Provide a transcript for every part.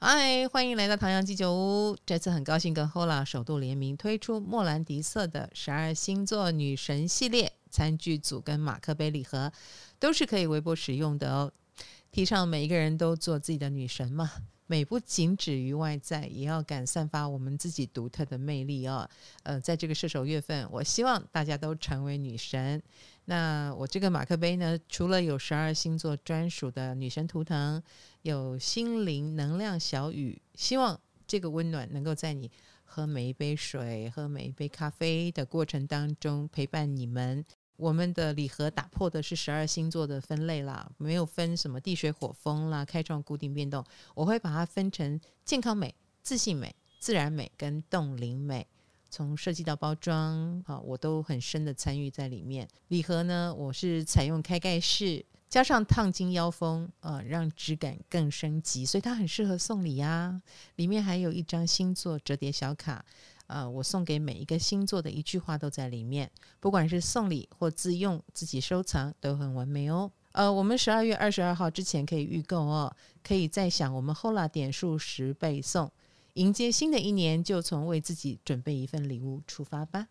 嗨，欢迎来到唐阳鸡酒屋。这次很高兴跟 Hola 首度联名推出莫兰迪色的12星座女神系列餐具组跟马克杯礼盒，都是可以微波使用的哦。提倡每一个人都做自己的女神嘛，美不仅止于外在，也要敢散发我们自己独特的魅力哦。在这个射手月份，我希望大家都成为女神。那我这个马克杯呢，除了有12星座专属的女神图腾，有心灵能量小雨，希望这个温暖能够在你喝每一杯水、喝每一杯咖啡的过程当中陪伴你们。我们的礼盒打破的是12星座的分类啦，没有分什么地水火风啦，开创固定变动，我会把它分成健康美、自信美、自然美跟冻龄美。从设计到包装，我都很深的参与在里面。礼盒呢，我是采用开盖式，加上烫金腰封，让质感更升级，所以它很适合送礼啊。里面还有一张星座折叠小卡，我送给每一个星座的一句话都在里面，不管是送礼或自用自己收藏都很完美哦。我们12月22号之前可以预购哦，可以再享我们 Hola 点数10倍送。迎接新的一年，就从为自己准备一份礼物出发吧。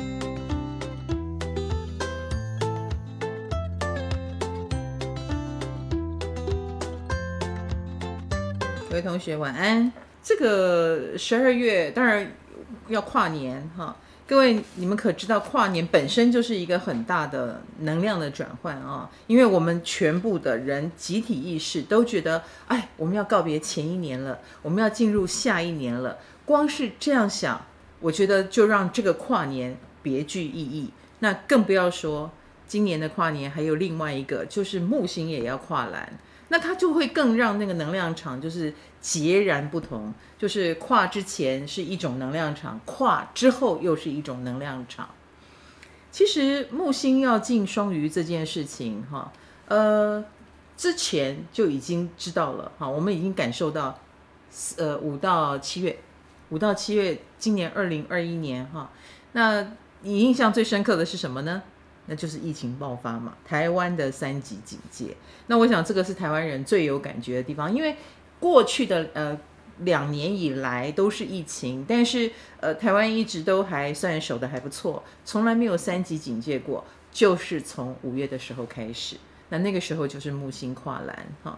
各位同学晚安。这个12月当然要跨年哈，各位你们可知道跨年本身就是一个很大的能量的转换啊，因为我们全部的人集体意识都觉得，哎，我们要告别前一年了，我们要进入下一年了。光是这样想，我觉得就让这个跨年别具意义。那更不要说今年的跨年还有另外一个，就是木星也要跨栏，那它就会更让那个能量场就是截然不同，就是跨之前是一种能量场，跨之后又是一种能量场。其实木星要进双鱼这件事情哈，之前就已经知道了哈，我们已经感受到5到7月今年2021年哈，那你印象最深刻的是什么呢？那就是疫情爆发嘛，台湾的3级警戒。那我想这个是台湾人最有感觉的地方，因为过去的2年以来都是疫情，但是台湾一直都还算守得还不错，从来没有3级警戒过，就是从5月的时候开始。那个时候就是木星跨栏哈。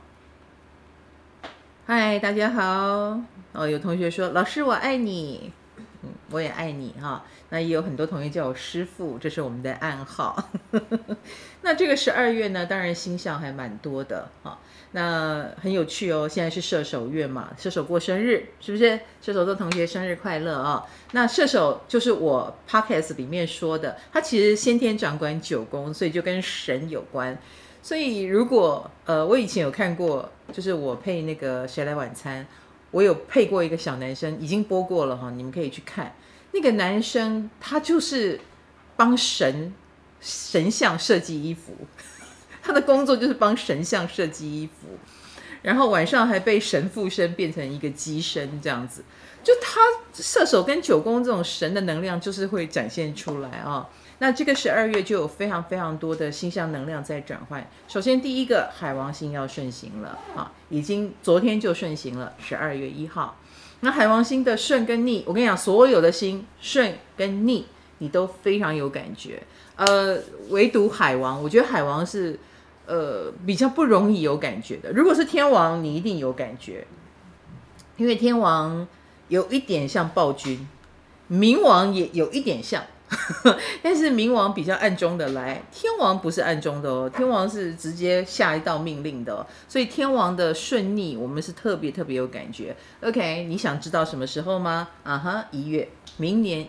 嗨，大家好。有同学说老师我爱你，我也爱你哈。那也有很多同学叫我师父，这是我们的暗号。那这个12月呢，当然星象还蛮多的哈。那很有趣哦，现在是射手月嘛，射手过生日，是不是？射手座同学生日快乐啊！那射手就是我 podcast 里面说的，他其实先天掌管9宫，所以就跟神有关。所以如果我以前有看过，就是我配那个谁来晚餐，我有配过一个小男生，已经播过了哈，你们可以去看。那个男生他就是帮神像设计衣服，他的工作就是帮神像设计衣服，然后晚上还被神附身变成一个机身这样子。就他射手跟9宫这种神的能量就是会展现出来啊。那这个12月就有非常非常多的星象能量在转换。首先第一个海王星要顺行了啊，已经昨天就顺行了，12月1号。那海王星的顺跟逆，我跟你讲，所有的星顺跟逆你都非常有感觉，唯独海王，我觉得海王是比较不容易有感觉的。如果是天王，你一定有感觉，因为天王有一点像暴君，冥王也有一点像。但是冥王比较暗中的来，天王不是暗中的哦，天王是直接下一道命令的哦，所以天王的顺逆我们是特别特别有感觉。OK， 你想知道什么时候吗？1月，明年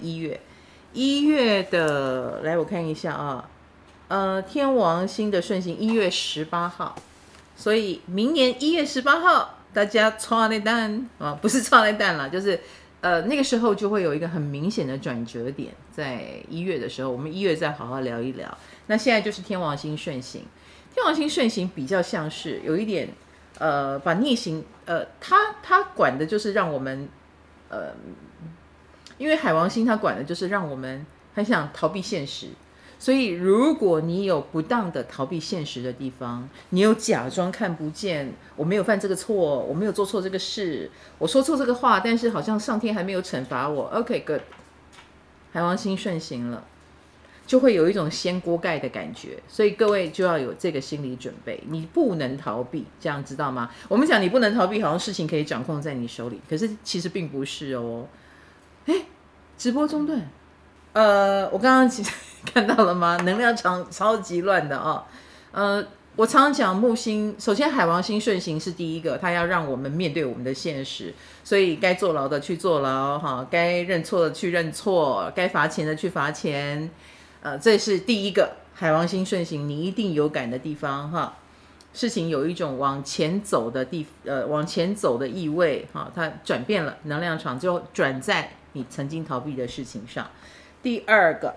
1月的，来我看一下啊，天王星的顺行1月18号，所以明年1月18号大家抓来蛋啊，不是抓来蛋啦，就是那个时候就会有一个很明显的转折点，在1月的时候，我们1月再好好聊一聊。那现在就是天王星顺行，天王星顺行比较像是有一点把逆行，它管的就是让我们因为海王星它管的就是让我们很想逃避现实， 所以如果你有不当的逃避现实的地方，你有假装看不见，我没有犯这个错，我没有做错这个事，我说错这个话，但是好像上天还没有惩罚我。 OK good， 海王星顺行了，就会有一种掀锅盖的感觉，所以各位就要有这个心理准备，你不能逃避，这样知道吗？我们讲你不能逃避，好像事情可以掌控在你手里，可是其实并不是哦。直播中断，我刚刚其实看到了吗？能量场超级乱的哦。我常常讲木星，首先海王星顺行是第一个，它要让我们面对我们的现实，所以该坐牢的去坐牢，哈，该认错的去认错，该罚钱的去罚钱，这是第一个海王星顺行你一定有感的地方哈。事情有一种往前走的往前走的意味哈，它转变了，能量场就转在你曾经逃避的事情上。第二个，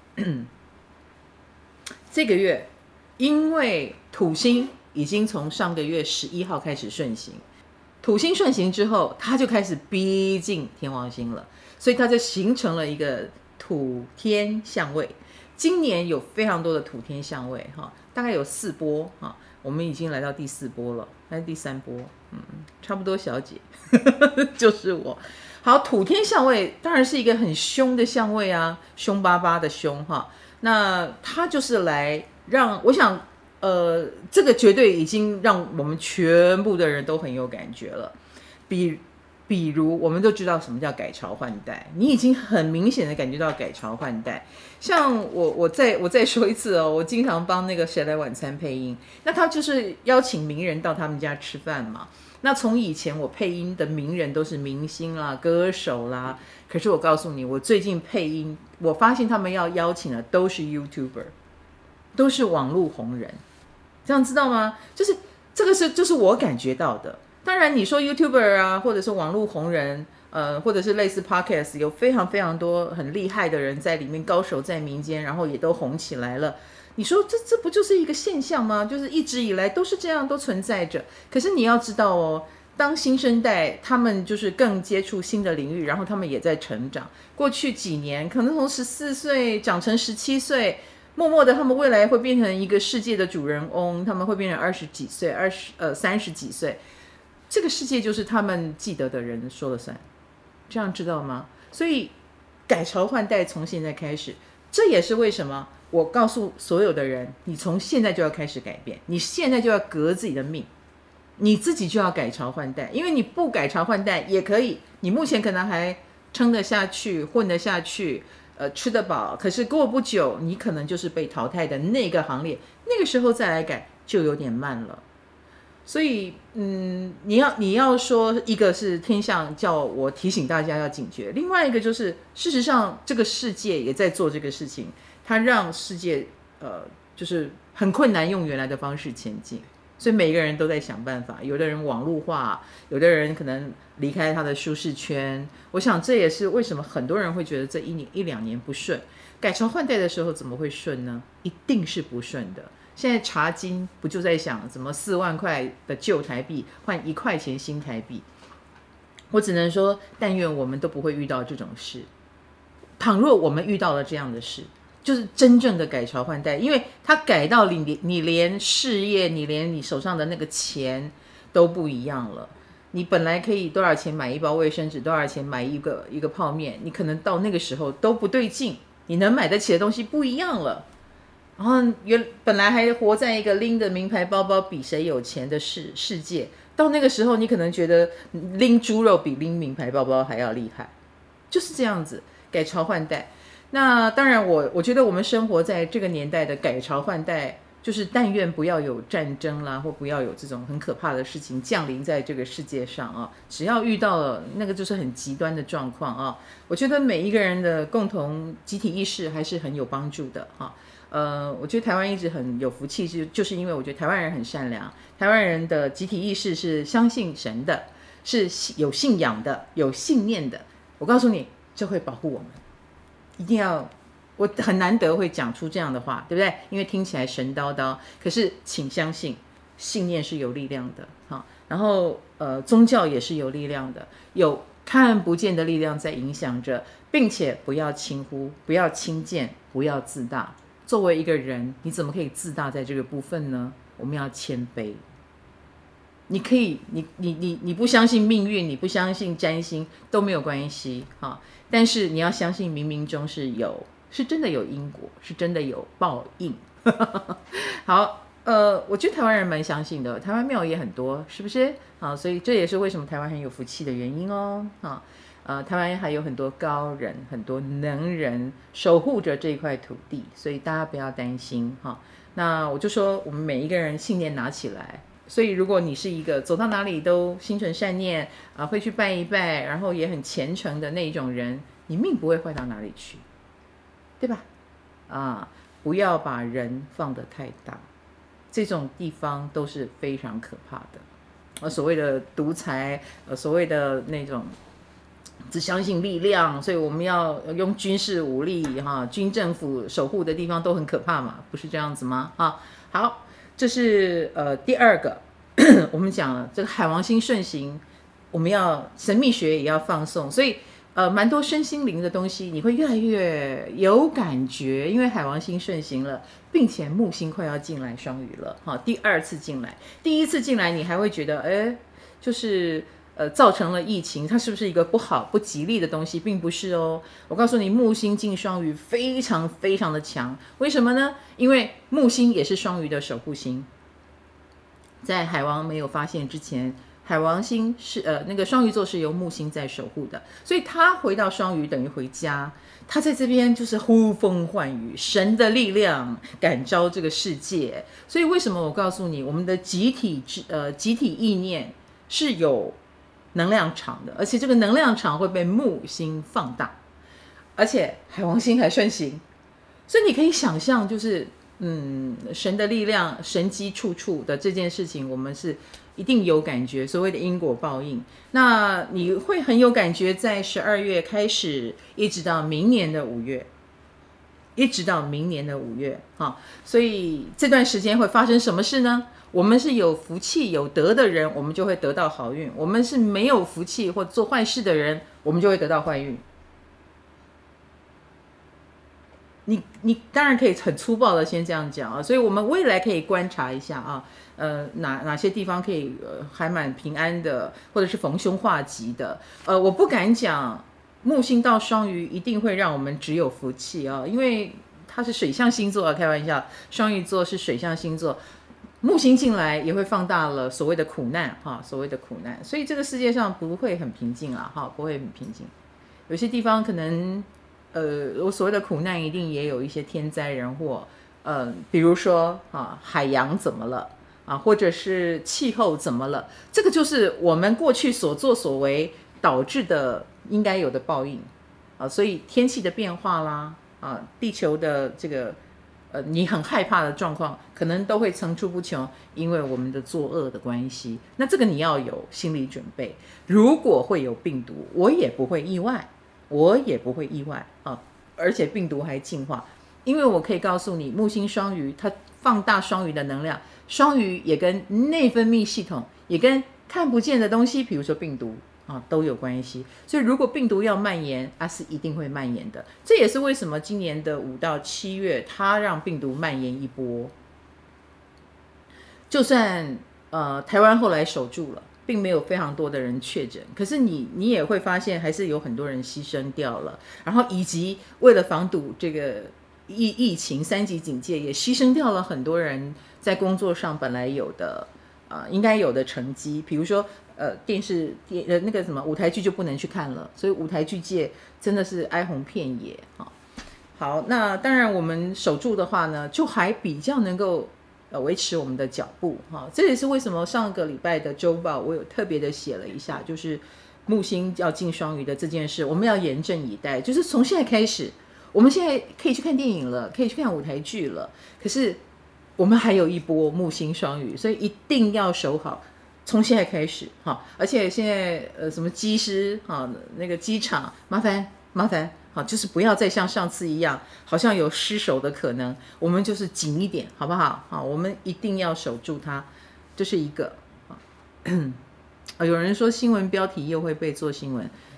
这个月因为土星已经从上个月11号开始顺行，土星顺行之后，它就开始逼近天王星了，所以它就形成了一个土天相位。今年有非常多的土天相位哈，大概有4波哈，我们已经来到第4波了，还是第3波？差不多，小姐就是我。好，土天相位当然是一个很凶的相位啊，凶巴巴的凶哈。那它就是来让我想，这个绝对已经让我们全部的人都很有感觉了。比如我们都知道什么叫改朝换代，你已经很明显的感觉到改朝换代。像我再说一次哦，我经常帮那个谁来晚餐配音，那他就是邀请名人到他们家吃饭嘛。那从以前我配音的名人都是明星啦、歌手啦，可是我告诉你，我最近配音，我发现他们要邀请的都是 YouTuber， 都是网络红人，这样知道吗？就是这个就是我感觉到的。当然你说 YouTuber 啊，或者是网络红人，或者是类似 Podcast， 有非常非常多很厉害的人在里面，高手在民间，然后也都红起来了。你说这不就是一个现象吗？就是一直以来都是这样，都存在着。可是你要知道哦，当新生代他们就是更接触新的领域，然后他们也在成长。过去几年可能从14岁长成17岁，默默的他们未来会变成一个世界的主人翁，他们会变成20几岁、30几岁。这个世界就是他们记得的人说了算，这样知道吗？所以改朝换代从现在开始，这也是为什么我告诉所有的人，你从现在就要开始改变，你现在就要革自己的命，你自己就要改朝换代。因为你不改朝换代也可以，你目前可能还撑得下去，混得下去，吃得饱，可是过不久你可能就是被淘汰的那个行列，那个时候再来改就有点慢了。所以你要说一个是天象叫我提醒大家要警觉，另外一个就是事实上这个世界也在做这个事情，它让世界就是很困难用原来的方式前进，所以每个人都在想办法，有的人网络化，有的人可能离开他的舒适圈。我想这也是为什么很多人会觉得这一两年不顺，改朝换代的时候怎么会顺呢？一定是不顺的。现在茶金不就在想怎么4万块的旧台币换1块钱新台币？我只能说，但愿我们都不会遇到这种事。倘若我们遇到了这样的事，就是真正的改朝换代，因为它改到你连事业，你连你手上的那个钱都不一样了。你本来可以多少钱买一包卫生纸，多少钱买一个泡面，你可能到那个时候都不对劲，你能买得起的东西不一样了。然后本来还活在一个拎着名牌包包比谁有钱的世界，到那个时候你可能觉得拎猪肉比拎名牌包包还要厉害，就是这样子改朝换代。那当然我觉得我们生活在这个年代的改朝换代，就是但愿不要有战争啦，或不要有这种很可怕的事情降临在这个世界上啊。只要遇到了那个就是很极端的状况啊，我觉得每一个人的共同集体意识还是很有帮助的哈。我觉得台湾一直很有福气，就是因为我觉得台湾人很善良，台湾人的集体意识是相信神的，是有信仰的，有信念的。我告诉你，这会保护我们。一定要，我很难得会讲出这样的话，对不对？因为听起来神叨叨，可是请相信，信念是有力量的，哈。然后宗教也是有力量的，有看不见的力量在影响着，并且不要轻忽，不要轻贱，不要自大。 作为一个人，你怎么可以自大在这个部分呢？我们要谦卑。你可以，你不相信命运，你不相信占星都没有关系哈，但是你要相信冥冥中是真的有因果，是真的有报应。好，我觉得台湾人蛮相信的，台湾庙也很多，是不是？好，所以这也是为什么台湾很有福气的原因哦。台湾还有很多高人，很多能人守护着这一块土地，所以大家不要担心哈。那我就说，我们每一个人信念拿起来。所以，如果你是一个走到哪里都心存善念会去拜一拜，然后也很虔诚的那种人，你命不会坏到哪里去，对吧？不要把人放得太大，这种地方都是非常可怕的。所谓的独裁，所谓的那种只相信力量，所以我们要用军事武力军政府守护的地方都很可怕嘛，不是这样子吗？好。这是第二个，我们讲了这个海王星顺行，我们要神秘学也要放送，所以蛮多身心灵的东西你会越来越有感觉，因为海王星顺行了，并且木星快要进来双鱼了，第二次进来，第一次进来你还会觉得就是造成了疫情，它是不是一个不好不吉利的东西？并不是哦。我告诉你，木星进双鱼非常非常的强，为什么呢？因为木星也是双鱼的守护星。在海王没有发现之前，海王星是那个双鱼座是由木星在守护的，所以他回到双鱼等于回家，他在这边就是呼风唤雨，神的力量感召这个世界。所以为什么我告诉你，我们的集体意念是有能量场的，而且这个能量场会被木星放大，而且海王星还顺行，所以你可以想象，就是神的力量神机处处的这件事情，我们是一定有感觉，所谓的因果报应。那你会很有感觉，在12月开始，一直到明年的5月，所以这段时间会发生什么事呢？我们是有福气有德的人，我们就会得到好运；我们是没有福气或做坏事的人，我们就会得到坏运。你当然可以很粗暴的先这样讲所以我们未来可以观察一下哪些地方可以还蛮平安的，或者是逢凶化吉的。我不敢讲木星到双鱼一定会让我们只有福气因为它是水象星座开玩笑，双鱼座是水象星座。木星进来也会放大了所谓的苦难所以这个世界上不会很平静不会很平静。有些地方可能我所谓的苦难一定也有一些天灾人祸，比如说海洋怎么了或者是气候怎么了，这个就是我们过去所作所为导致的应该有的报应所以天气的变化啦地球的这个你很害怕的状况可能都会层出不穷，因为我们的作恶的关系。那这个你要有心理准备，如果会有病毒，我也不会意外而且病毒还进化，因为我可以告诉你，木星双鱼它放大双鱼的能量，双鱼也跟内分泌系统，也跟看不见的东西，比如说病毒都有关系。所以如果病毒要蔓延是一定会蔓延的。这也是为什么今年的5到7月它让病毒蔓延一波。就算台湾后来守住了，并没有非常多的人确诊，可是你也会发现还是有很多人牺牲掉了，然后以及为了防堵这个疫情3级警戒，也牺牲掉了很多人在工作上本来有的应该有的成绩，比如说电视那个什么舞台剧就不能去看了，所以舞台剧界真的是哀鸿遍野好，那当然我们守住的话呢，就还比较能够维持我们的脚步这也是为什么上个礼拜的周报我有特别的写了一下，就是木星要进双鱼的这件事，我们要严阵以待。就是从现在开始，我们现在可以去看电影了，可以去看舞台剧了，可是我们还有一波木星双鱼，所以一定要守好。从现在开始而且现在什么机师那个机场麻烦就是不要再像上次一样好像有失守的可能，我们就是紧一点好不好我们一定要守住它，这是一个有人说新闻标题又会被做新闻，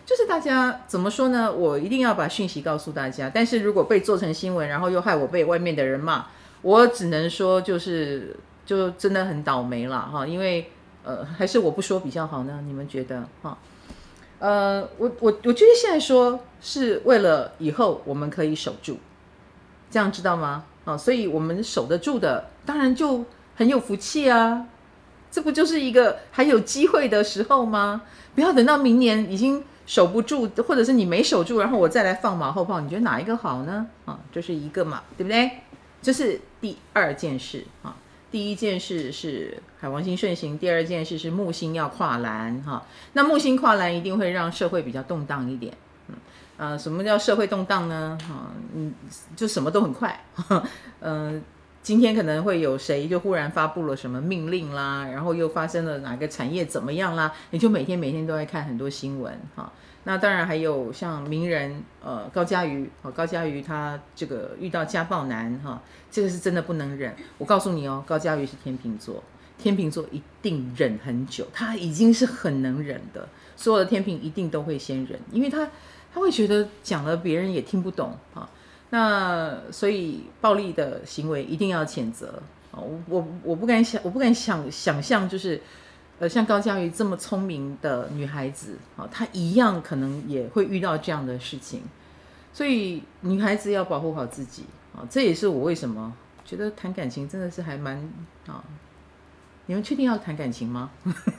就是大家怎么说呢？我一定要把讯息告诉大家，但是如果被做成新闻，然后又害我被外面的人骂，我只能说就真的很倒霉了哈，因为还是我不说比较好呢？你们觉得哈？我觉得现在说是为了以后我们可以守住，这样知道吗？所以我们守得住的，当然就很有福气啊。这不就是一个还有机会的时候吗？不要等到明年已经守不住，或者是你没守住，然后我再来放马后炮，你觉得哪一个好呢？这是一个嘛，对不对？这是第二件事啊。第一件事是海王星顺行，第二件事是木星要跨栏哈。那木星跨栏一定会让社会比较动荡一点。什么叫社会动荡呢？就什么都很快。今天可能会有谁就忽然发布了什么命令啦，然后又发生了哪个产业怎么样啦，你就每天都在看很多新闻哈。那当然还有像名人高嘉瑜他这个遇到家暴男哈，这个是真的不能忍。我告诉你哦，高嘉瑜是天秤座，天秤座一定忍很久，他已经是很能忍的，所有的天秤一定都会先忍，因为他会觉得讲了别人也听不懂啊。那所以暴力的行为一定要谴责啊！我不敢想象，就是像高嘉瑜这么聪明的女孩子啊，她一样可能也会遇到这样的事情。所以女孩子要保护好自己啊！这也是我为什么觉得谈感情真的是还蛮啊。你们确定要谈感情吗？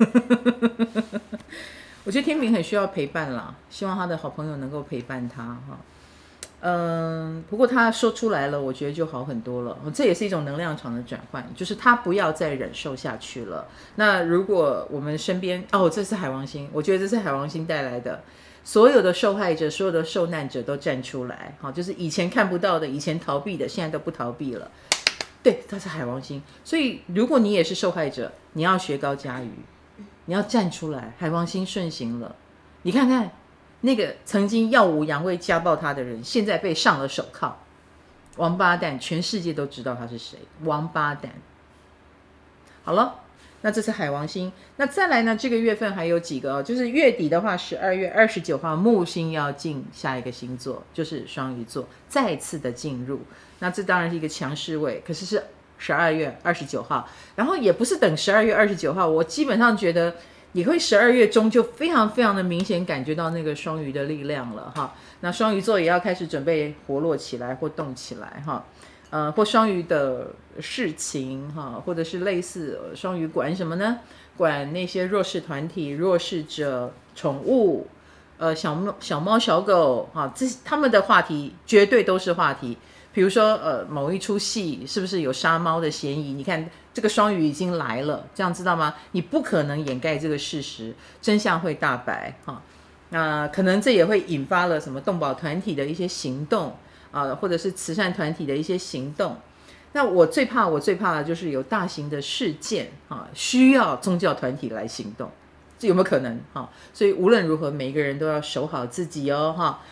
我觉得天秤很需要陪伴啦，希望他的好朋友能够陪伴他哈。不过他说出来了，我觉得就好很多了。这也是一种能量场的转换，就是他不要再忍受下去了。那如果我们身边这是海王星，我觉得这是海王星带来的，所有的受害者、所有的受难者都站出来，就是以前看不到的、以前逃避的，现在都不逃避了。对，他是海王星，所以如果你也是受害者，你要学高嘉瑜，你要站出来。海王星顺行了，你看看。那个曾经耀武扬威家暴他的人，现在被上了手铐，王八蛋，全世界都知道他是谁，王八蛋。好了，那这是海王星。那再来呢？这个月份还有几个就是月底的话，12月29号木星要进下一个星座，就是双鱼座，再次的进入。那这当然是一个强势位，可是12月29号，然后也不是等12月29号，我基本上觉得。你会12月中就非常非常的明显感觉到那个双鱼的力量了哈，那双鱼座也要开始准备活络起来或动起来哈，或双鱼的事情哈，或者是类似双鱼管什么呢？管那些弱势团体、弱势者、宠物，小猫小狗哈，他们的话题绝对都是话题。比如说某一出戏是不是有杀猫的嫌疑？你看这个双鱼已经来了，这样知道吗？你不可能掩盖这个事实，真相会大白哈。那可能这也会引发了什么动保团体的一些行动或者是慈善团体的一些行动。那我最怕的就是有大型的事件需要宗教团体来行动，这有没有可能所以无论如何，每一个人都要守好自己哦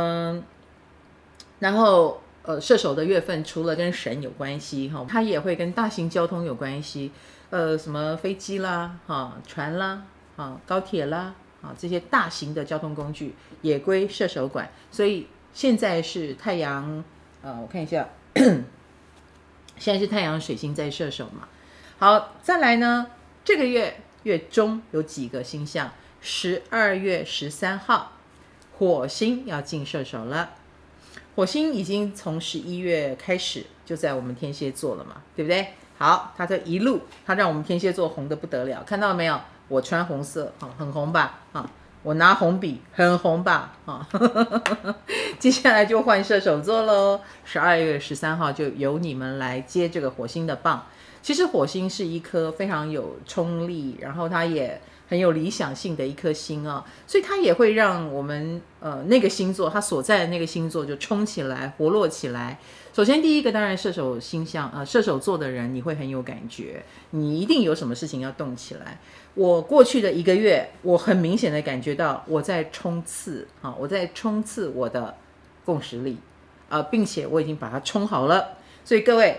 然后。射手的月份除了跟神有关系它也会跟大型交通有关系，什么飞机啦船啦高铁啦这些大型的交通工具也归射手管。所以现在是太阳我看一下现在是太阳水星在射手嘛。好，再来呢，这个月中有几个星象，12月13号火星要进射手了。火星已经从11月开始就在我们天蝎座了嘛，对不对？好，它这一路它让我们天蝎座红得不得了，看到没有？我穿红色很红吧我拿红笔很红吧接下来就换射手座咯，12月13号就由你们来接这个火星的棒。其实火星是一颗非常有冲力，然后它也很有理想性的一颗星所以它也会让我们那个星座，它所在的那个星座就冲起来活络起来。首先第一个当然射手星象射手座的人你会很有感觉，你一定有什么事情要动起来。我过去的1个月我很明显的感觉到我在冲刺我在冲刺我的共识力并且我已经把它冲好了。所以各位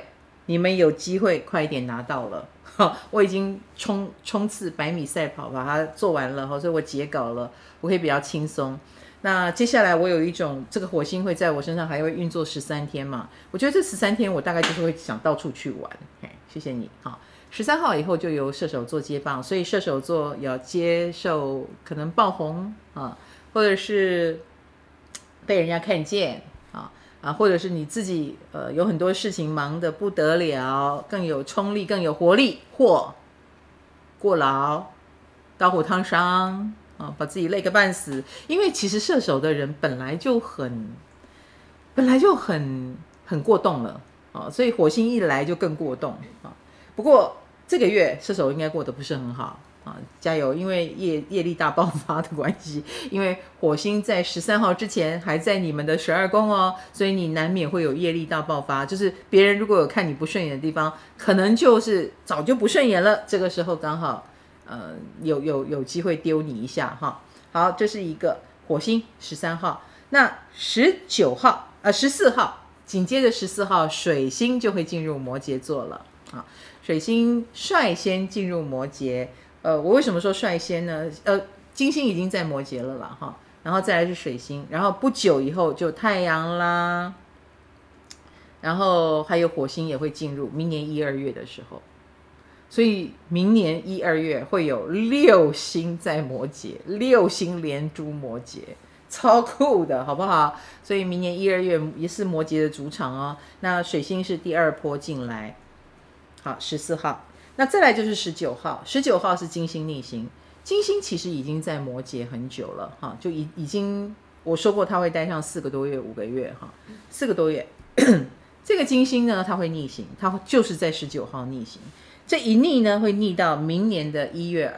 你们有机会快一点拿到了。我已经冲刺100米赛跑把它做完了，所以我截稿了，我可以比较轻松。那接下来我有一种这个火星会在我身上还会运作13天嘛，我觉得这13天我大概就是会想到处去玩。谢谢你。好，13号以后就由射手座接棒，所以射手座要接受可能爆红啊，或者是被人家看见或者是你自己有很多事情忙得不得了，更有冲力更有活力，或过劳刀火烫伤把自己累个半死。因为其实射手的人本来就很过动了所以火星一来就更过动不过这个月射手应该过得不是很好加油，因为业力大爆发的关系，因为火星在13号之前还在你们的12宫所以你难免会有业力大爆发，就是别人如果有看你不顺眼的地方，可能就是早就不顺眼了，这个时候刚好有机会丢你一下好，这是一个火星13号。那14号紧接着14号水星就会进入摩羯座了水星率先进入摩羯。我为什么说率先呢？金星已经在摩羯了啦然后再来是水星，然后不久以后就太阳啦，然后还有火星也会进入明年1、2月的时候，所以明年1、2月会有6星在摩羯，6星连珠摩羯，超酷的好不好？所以明年1、2月也是摩羯的主场那水星是第2波进来。好，14号。那再来就是19号，19号是金星逆行。金星其实已经在摩羯很久了就已经我说过它会待上4个多月5个月4个多月这个金星呢它会逆行，它就是在19号逆行，这一逆呢会逆到明年的1月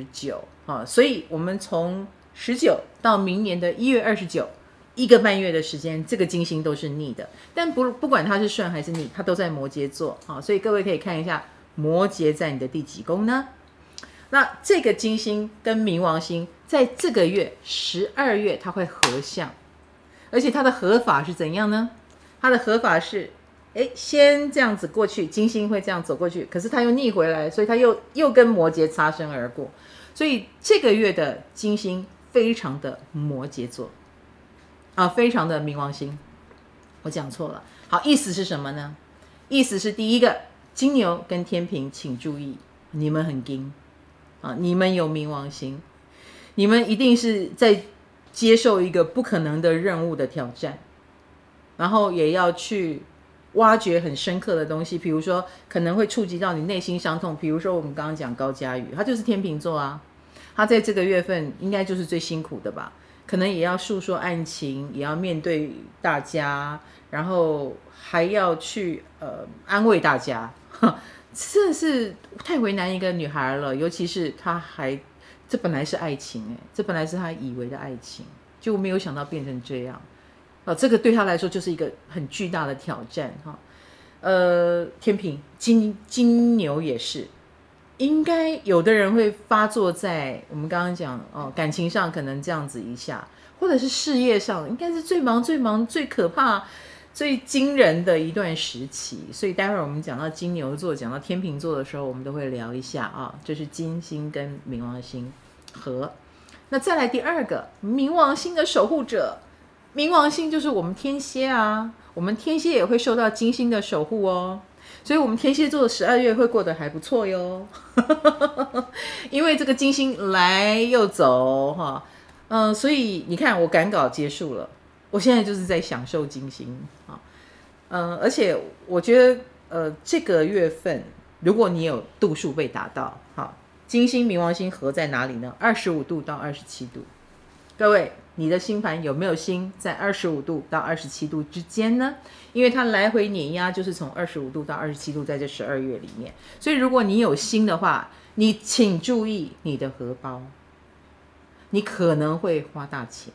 29所以我们从19到明年的1月29 1个半月的时间，这个金星都是逆的，但不管它是顺还是逆，它都在摩羯座所以各位可以看一下摩羯在你的第几宫呢？那这个金星跟冥王星在这个月12月它会合相，而且它的合法是怎样呢？它的合法是先这样子过去，金星会这样走过去，可是它又逆回来，所以它又跟摩羯擦身而过，所以这个月的金星非常的摩羯座非常的冥王星。我讲错了。好，意思是什么呢？意思是第一个，金牛跟天秤请注意，你们很硬你们有冥王星，你们一定是在接受一个不可能的任务的挑战，然后也要去挖掘很深刻的东西，比如说可能会触及到你内心伤痛，比如说我们刚刚讲高嘉瑜，他就是天秤座他在这个月份应该就是最辛苦的吧，可能也要诉说案情，也要面对大家，然后还要去安慰大家真的是太为难一个女孩了，尤其是她这本来是爱情这本来是她以为的爱情，就没有想到变成这样这个对她来说就是一个很巨大的挑战天秤金牛也是，应该有的人会发作在我们刚刚讲感情上可能这样子一下，或者是事业上应该是最忙最可怕最惊人的一段时期，所以待会儿我们讲到金牛座讲到天秤座的时候，我们都会聊一下这是金星跟冥王星合。那再来第二个冥王星的守护者，冥王星就是我们天蝎我们天蝎也会受到金星的守护所以我们天蝎座的12月会过得还不错哟因为这个金星来又走所以你看我赶稿结束了，我现在就是在享受金星而且我觉得这个月份如果你有度数被打到金星冥王星合在哪里呢？25度到27度。各位你的星盘有没有星在25度到27度之间呢？因为它来回碾压就是从25度到27度在这12月里面，所以如果你有星的话，你请注意你的荷包，你可能会花大钱，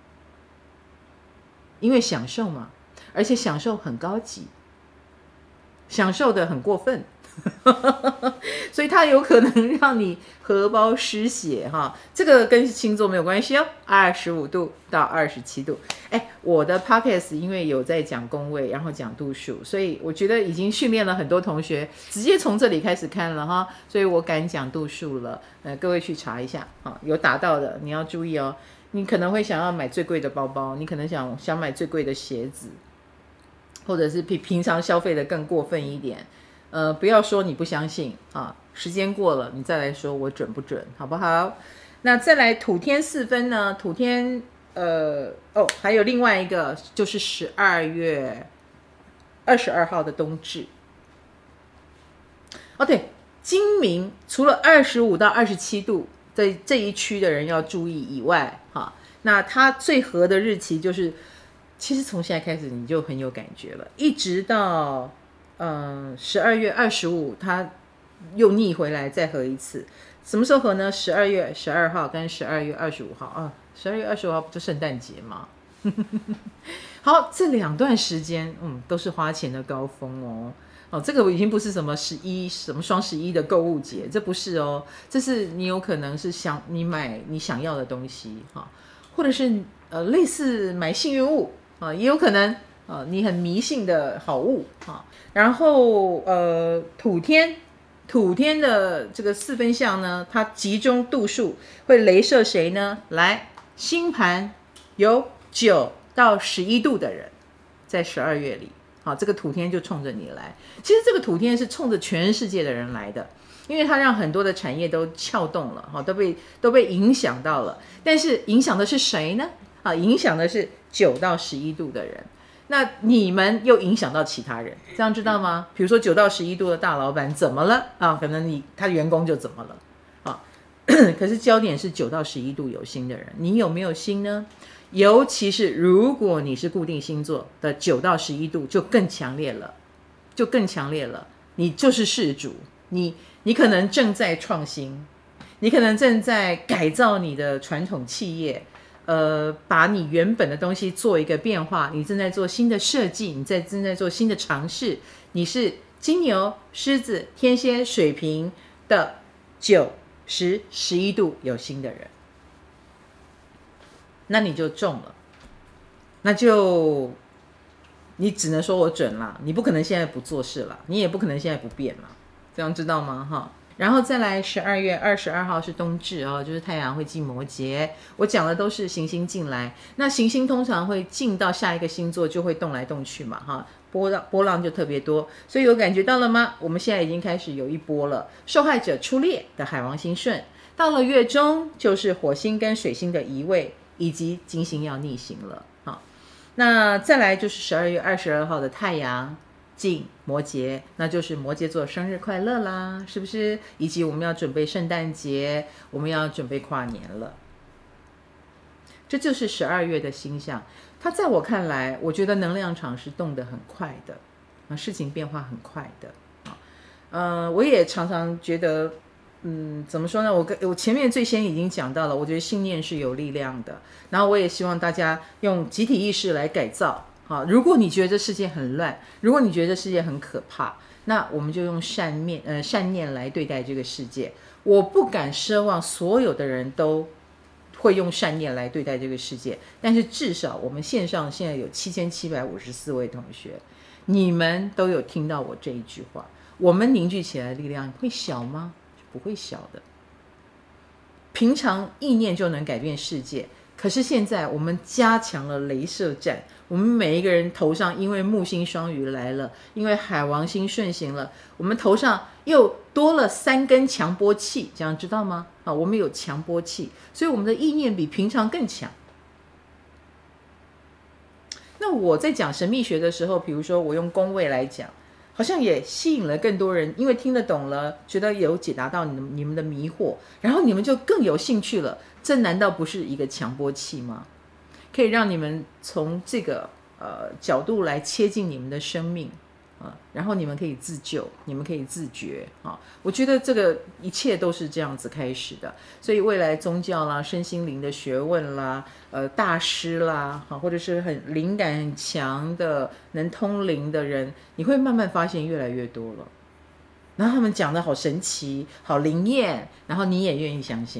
因为享受嘛，而且享受很高级，享受的很过分所以它有可能让你荷包失血哈。这个跟星座没有关系哦，25度到27度。哎，我的 podcast 因为有在讲宫位，然后讲度数，所以我觉得已经训练了很多同学，直接从这里开始看了哈，所以我敢讲度数了。各位去查一下啊，有达到的你要注意哦。你可能会想要买最贵的包包，你可能想买最贵的鞋子，或者是比平常消费的更过分一点。不要说你不相信啊，时间过了你再来说我准不准，好不好？那再来土天4分呢？土天还有另外一个就是12月22号的冬至。哦，对，今明除了25到27度这一区的人要注意以外，哈，那它最合的日期就是，其实从现在开始你就很有感觉了，一直到12月25，它又逆回来再合一次。什么时候合呢？12月12号跟12月25号啊。12月25号不就圣诞节吗？好，这2段时间，都是花钱的高峰哦。这个已经不是什么什么双11的购物节，这不是哦，这是你有可能是你买你想要的东西哈，或者是类似买幸运物啊，也有可能你很迷信的好物啊。然后土天的这个4分相呢，它集中度数会雷射谁呢？来，星盘有9到11度的人，在12月里。好，这个土天就冲着你来。其实这个土天是冲着全世界的人来的，因为它让很多的产业都撬动了，都被影响到了。但是影响的是谁呢？影响的是9到11度的人。那你们又影响到其他人，这样知道吗？比如说9到11度的大老板怎么了啊？可能他的员工就怎么了啊？可是焦点是9到11度有星的人，你有没有星呢？尤其是如果你是固定星座的9到11度就更强烈了，你就是事主，你可能正在创新，你可能正在改造你的传统企业，把你原本的东西做一个变化，你正在做新的设计，你正在做新的尝试。你是金牛、狮子、天蝎、水瓶的9、10、11度有星的人，那你就中了，那就你只能说我准啦，你不可能现在不做事了，你也不可能现在不变了，这样知道吗？哈。然后再来12月22号是冬至哦，就是太阳会进摩羯。我讲的都是行星进来，那行星通常会进到下一个星座，就会动来动去嘛，哈，波浪就特别多。所以有感觉到了吗？我们现在已经开始有一波了。受害者出列的海王星顺，到了月中就是火星跟水星的移位，以及金星要逆行了。好，那再来就是12月22号的太阳进摩羯，那就是摩羯座生日快乐啦，是不是？以及我们要准备圣诞节，我们要准备跨年了。这就是12月的星象。它在我看来，我觉得能量场是动得很快的，事情变化很快的。我也常常觉得，怎么说呢？我前面最先已经讲到了，我觉得信念是有力量的。然后我也希望大家用集体意识来改造。好，如果你觉得这世界很乱，如果你觉得这世界很可怕，那我们就用善念来对待这个世界。我不敢奢望所有的人都会用善念来对待这个世界，但是至少我们线上现在有7754位同学，你们都有听到我这一句话，我们凝聚起来的力量会小吗？不会小的。平常意念就能改变世界，可是现在我们加强了雷射战，我们每一个人头上因为木星双鱼来了，因为海王星顺行了，我们头上又多了3根强波器，这样知道吗？我们有强波器，所以我们的意念比平常更强。那我在讲神秘学的时候，比如说我用宫位来讲，好像也吸引了更多人，因为听得懂了，觉得有解答到你们的迷惑，然后你们就更有兴趣了。这难道不是一个强波器吗？可以让你们从这个角度来切进你们的生命然后你们可以自救，你们可以自觉我觉得这个一切都是这样子开始的。所以未来宗教啦、身心灵的学问啦、大师啦或者是很灵感很强的能通灵的人，你会慢慢发现越来越多了。 然后他们讲的好神奇，好灵验，然后你也愿意相信。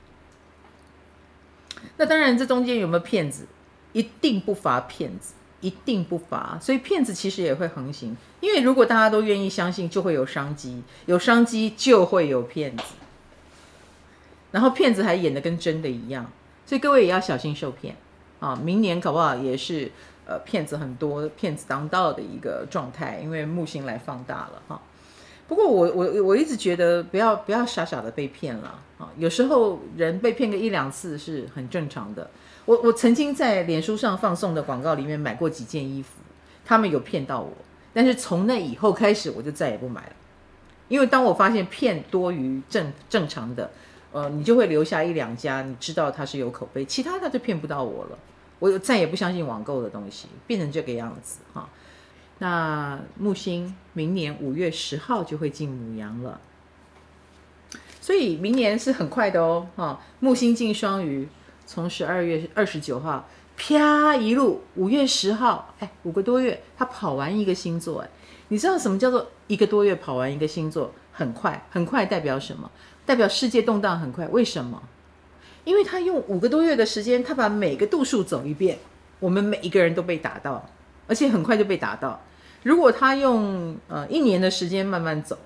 那当然，这中间有没有骗子？一定不乏骗子，一定不乏。所以骗子其实也会横行，因为如果大家都愿意相信，就会有商机，有商机就会有骗子。然后骗子还演得跟真的一样，所以各位也要小心受骗啊！明年搞不好也是骗子很多、骗子当道的一个状态，因为木星来放大了哈。不过我一直觉得不要傻傻的被骗了啊！有时候人被骗个一两次是很正常的。我曾经在脸书上放送的广告里面买过几件衣服，他们有骗到我，但是从那以后开始我就再也不买了，因为当我发现骗多于正常的，你就会留下一两家，你知道它是有口碑，其他他就骗不到我了。我再也不相信网购的东西，变成这个样子哈。那木星明年5月10号就会进牡羊了，所以明年是很快的哦。木星进双鱼，从12月29号啪一路5月10号，5个多月，他跑完一个星座。你知道什么叫做1个多月跑完一个星座？很快，很快代表什么？代表世界动荡很快。为什么？因为他用5个多月的时间，他把每个度数走一遍，我们每一个人都被打到，而且很快就被打到。如果他用1年的时间慢慢走，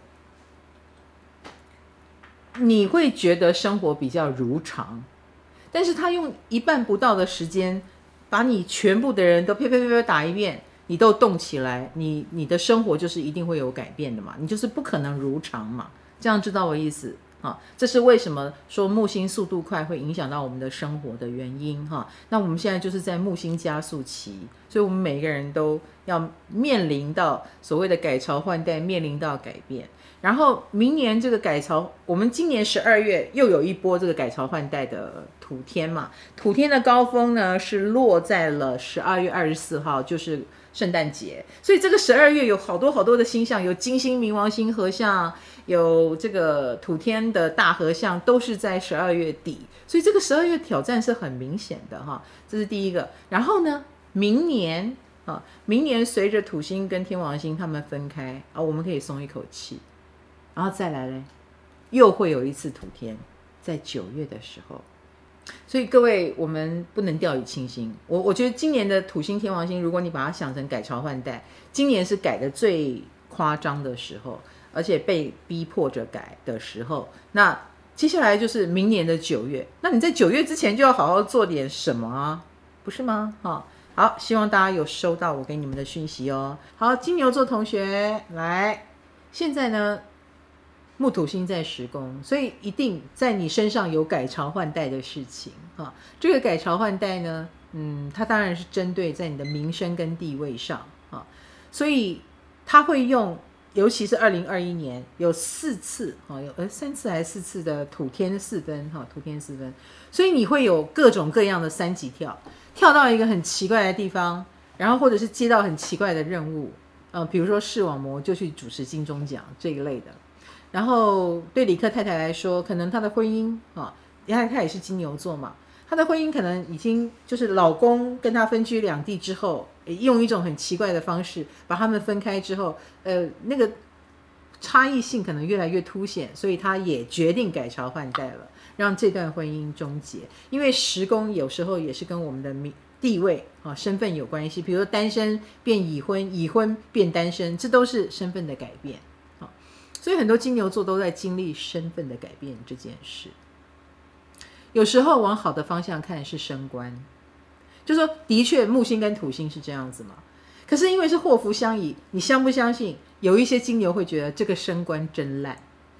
你会觉得生活比较如常。但是他用1半不到的时间，把你全部的人都啪啪啪啪打一遍，你都动起来，你的生活就是一定会有改变的嘛，你就是不可能如常嘛。这样知道我意思？这是为什么说木星速度快会影响到我们的生活的原因哈。那我们现在就是在木星加速期，所以我们每个人都要面临到所谓的改朝换代，面临到改变。然后明年这个改朝，我们今年12月又有一波这个改朝换代的土天嘛，土天的高峰呢是落在了12月24号，就是圣诞节。所以这个12月有好多好多的星象，有金星冥王星合相，有这个土天的大合相，都是在12月底。所以这个12月挑战是很明显的哈，这是第一个。然后呢，明年随着土星跟天王星他们分开我们可以松一口气。然后再来嘞，又会有一次土天，在9月的时候。所以各位，我们不能掉以轻心。我觉得今年的土星天王星，如果你把它想成改朝换代，今年是改的最夸张的时候，而且被逼迫着改的时候。那接下来就是明年的9月，那你在9月之前就要好好做点什么啊，不是吗？好，希望大家有收到我给你们的讯息哦。好，金牛座同学来，现在呢，木土星在10宫，所以一定在你身上有改朝换代的事情这个改朝换代呢，它当然是针对在你的名声跟地位上所以他会用，尤其是2021年有4次有3次还是4次的土天4分土天4分，所以你会有各种各样的3级跳到一个很奇怪的地方，然后或者是接到很奇怪的任务比如说视网膜就去主持金钟奖这一类的。然后对李克太太来说，可能她的婚姻因为她也是金牛座嘛，她的婚姻可能已经就是老公跟她分居2地之后，用一种很奇怪的方式把他们分开之后，那个差异性可能越来越凸显，所以她也决定改朝换代了，让这段婚姻终结。因为10宫有时候也是跟我们的地位身份有关系，比如说单身变已婚，已婚变单身，这都是身份的改变所以很多金牛座都在经历身份的改变这件事。有时候往好的方向看是升官，就说的确木星跟土星是这样子嘛，可是因为是祸福相倚，你相不相信有一些金牛会觉得这个升官真烂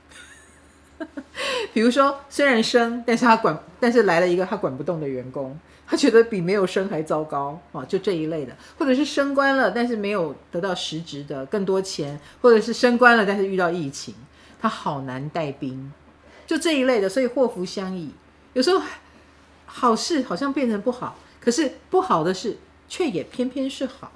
比如说虽然升，但是来了一个他管不动的员工，他觉得比没有升还糟糕就这一类的。或者是升官了，但是没有得到实质的更多钱，或者是升官了，但是遇到疫情，他好难带兵，就这一类的。所以祸福相倚，有时候好事好像变成不好，可是不好的事却也偏偏是好。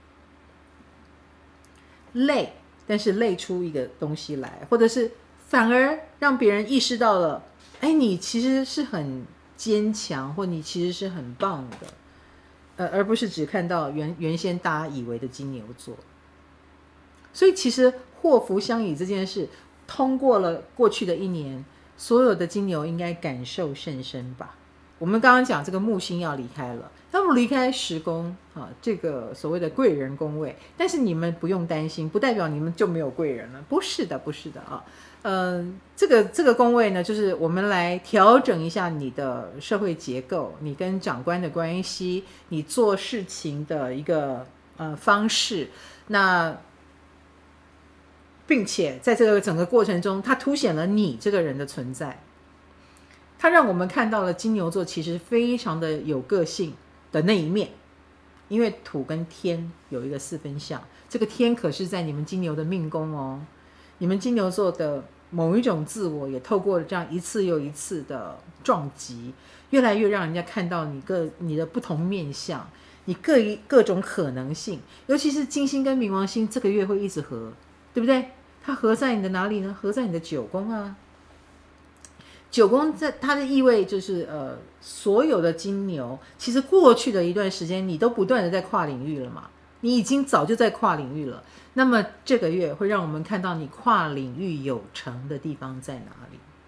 累，但是累出一个东西来，或者是反而让别人意识到了，你其实是很坚强，或你其实是很棒的，而不是只看到原先大家以为的金牛座。所以其实祸福相倚这件事， 通过了过去的一年，所有的金牛应该感受甚深吧。我们刚刚讲这个木星要离开了，他们离开10宫啊，这个所谓的贵人宫位，但是你们不用担心，不代表你们就没有贵人了，不是的，不是的啊。这个宫位呢，就是我们来调整一下你的社会结构，你跟长官的关系，你做事情的一个方式，那并且在这个整个过程中，它凸显了你这个人的存在。它让我们看到了金牛座其实非常的有个性的那一面，因为土跟天有一个4分相，这个天可是在你们金牛的命宫哦。你们金牛座的某一种自我也透过这样一次又一次的撞击，越来越让人家看到你的不同面相，你各种可能性。尤其是金星跟冥王星这个月会一直合，对不对？它合在你的哪里呢？合在你的9宫啊。9宫它的意味就是所有的金牛其实过去的一段时间你都不断的在跨领域了嘛，你已经早就在跨领域了。那么这个月会让我们看到你跨领域有成的地方在哪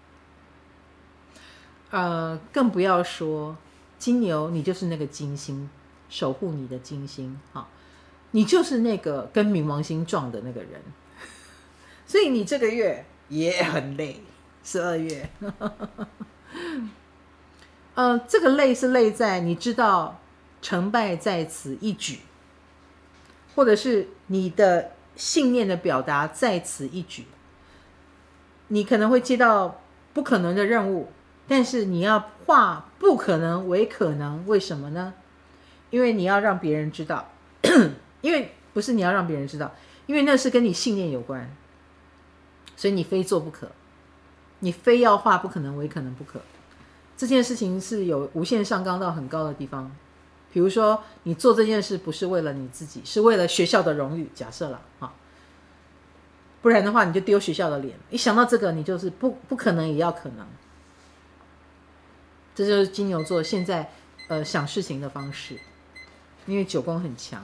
里。更不要说金牛，你就是那个金星守护你的金星啊，你就是那个跟冥王星撞的那个人，所以你这个月也很累。12月这个累是累在你知道成败在此一举，或者是你的信念的表达在此一举。你可能会接到不可能的任务，但是你要化不可能为可能，为什么呢？因为你要让别人知道因为不是你要让别人知道，因为那是跟你信念有关，所以你非做不可，你非要化不可能为可能不可。这件事情是有无限上纲到很高的地方。比如说你做这件事不是为了你自己，是为了学校的荣誉，假设了不然的话你就丢学校的脸。一想到这个你就是不可能也要可能。这就是金牛座现在想事情的方式，因为9宫很强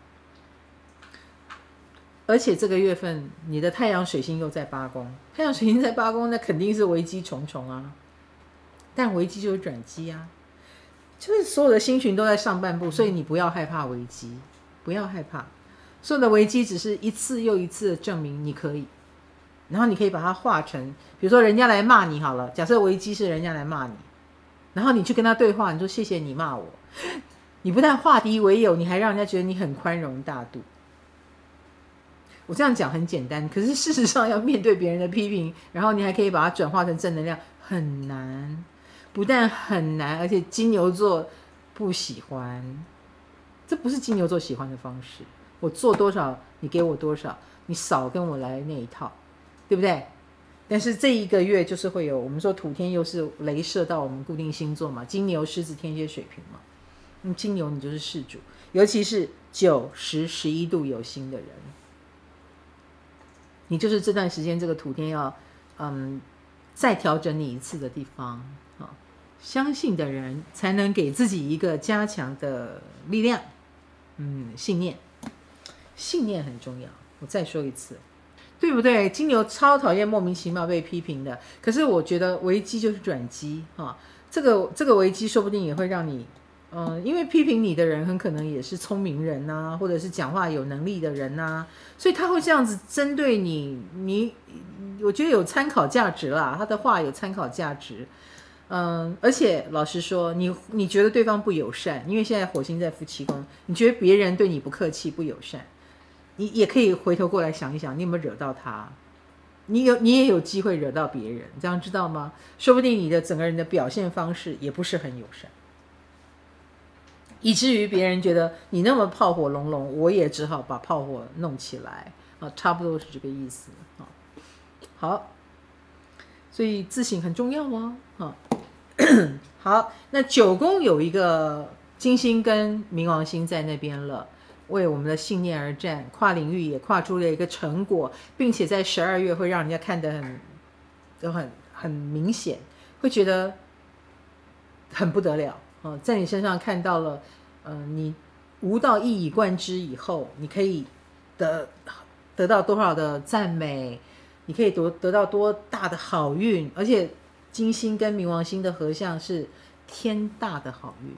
而且这个月份你的太阳水星又在8宫，太阳水星在8宫，那肯定是危机重重啊。但危机就是转机啊，就是所有的星群都在上半部，所以你不要害怕危机，不要害怕。所有的危机只是一次又一次的证明你可以，然后你可以把它化成，比如说人家来骂你好了，假设危机是人家来骂你，然后你去跟他对话，你说谢谢你骂我，你不但化敌为友，你还让人家觉得你很宽容大度。我这样讲很简单，可是事实上要面对别人的批评，然后你还可以把它转化成正能量，很难。不但很难，而且金牛座不喜欢，这不是金牛座喜欢的方式。我做多少你给我多少，你少跟我来那一套，对不对？但是这一个月就是会有，我们说土天又是雷射到我们固定星座嘛，金牛、狮子、天蝎、水瓶嘛。金牛你就是事主，尤其是9、10、11度有星的人，你就是这段时间这个土天要再调整你一次的地方。相信的人才能给自己一个加强的力量。信念很重要。我再说一次，对不对？金牛超讨厌莫名其妙被批评的，可是我觉得危机就是转机这个危机说不定也会让你因为批评你的人很可能也是聪明人啊，或者是讲话有能力的人啊，所以他会这样子针对你，我觉得有参考价值啦，他的话有参考价值。而且老实说，你觉得对方不友善，因为现在火星在夫妻宫，你觉得别人对你不客气不友善，你也可以回头过来想一想，你有没有惹到他？你也有机会惹到别人，这样知道吗？说不定你的整个人的表现方式也不是很友善，以至于别人觉得你那么炮火隆隆，我也只好把炮火弄起来差不多是这个意思好，所以自省很重要哦好，那9宫有一个金星跟冥王星在那边了，为我们的信念而战，跨领域也跨出了一个成果，并且在12月会让人家看得很明显，会觉得很不得了在你身上看到了你悟到一以贯之以后，你可以得到多少的赞美， 你可以得到多大的好运，而且金星跟冥王星的合相是天大的好运。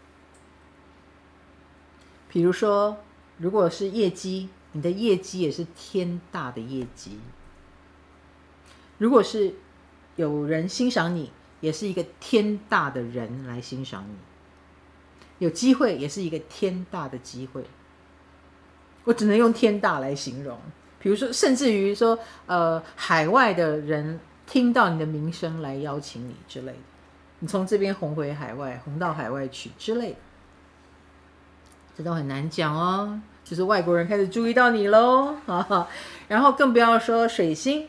比如说，如果是业绩，你的业绩也是天大的业绩。如果是有人欣赏你，也是一个天大的人来欣赏你。有机会也是一个天大的机会，我只能用天大来形容。比如说，甚至于说，海外的人听到你的名声来邀请你之类的，你从这边红回海外，红到海外去之类的，这都很难讲哦。就是外国人开始注意到你喽，然后更不要说水星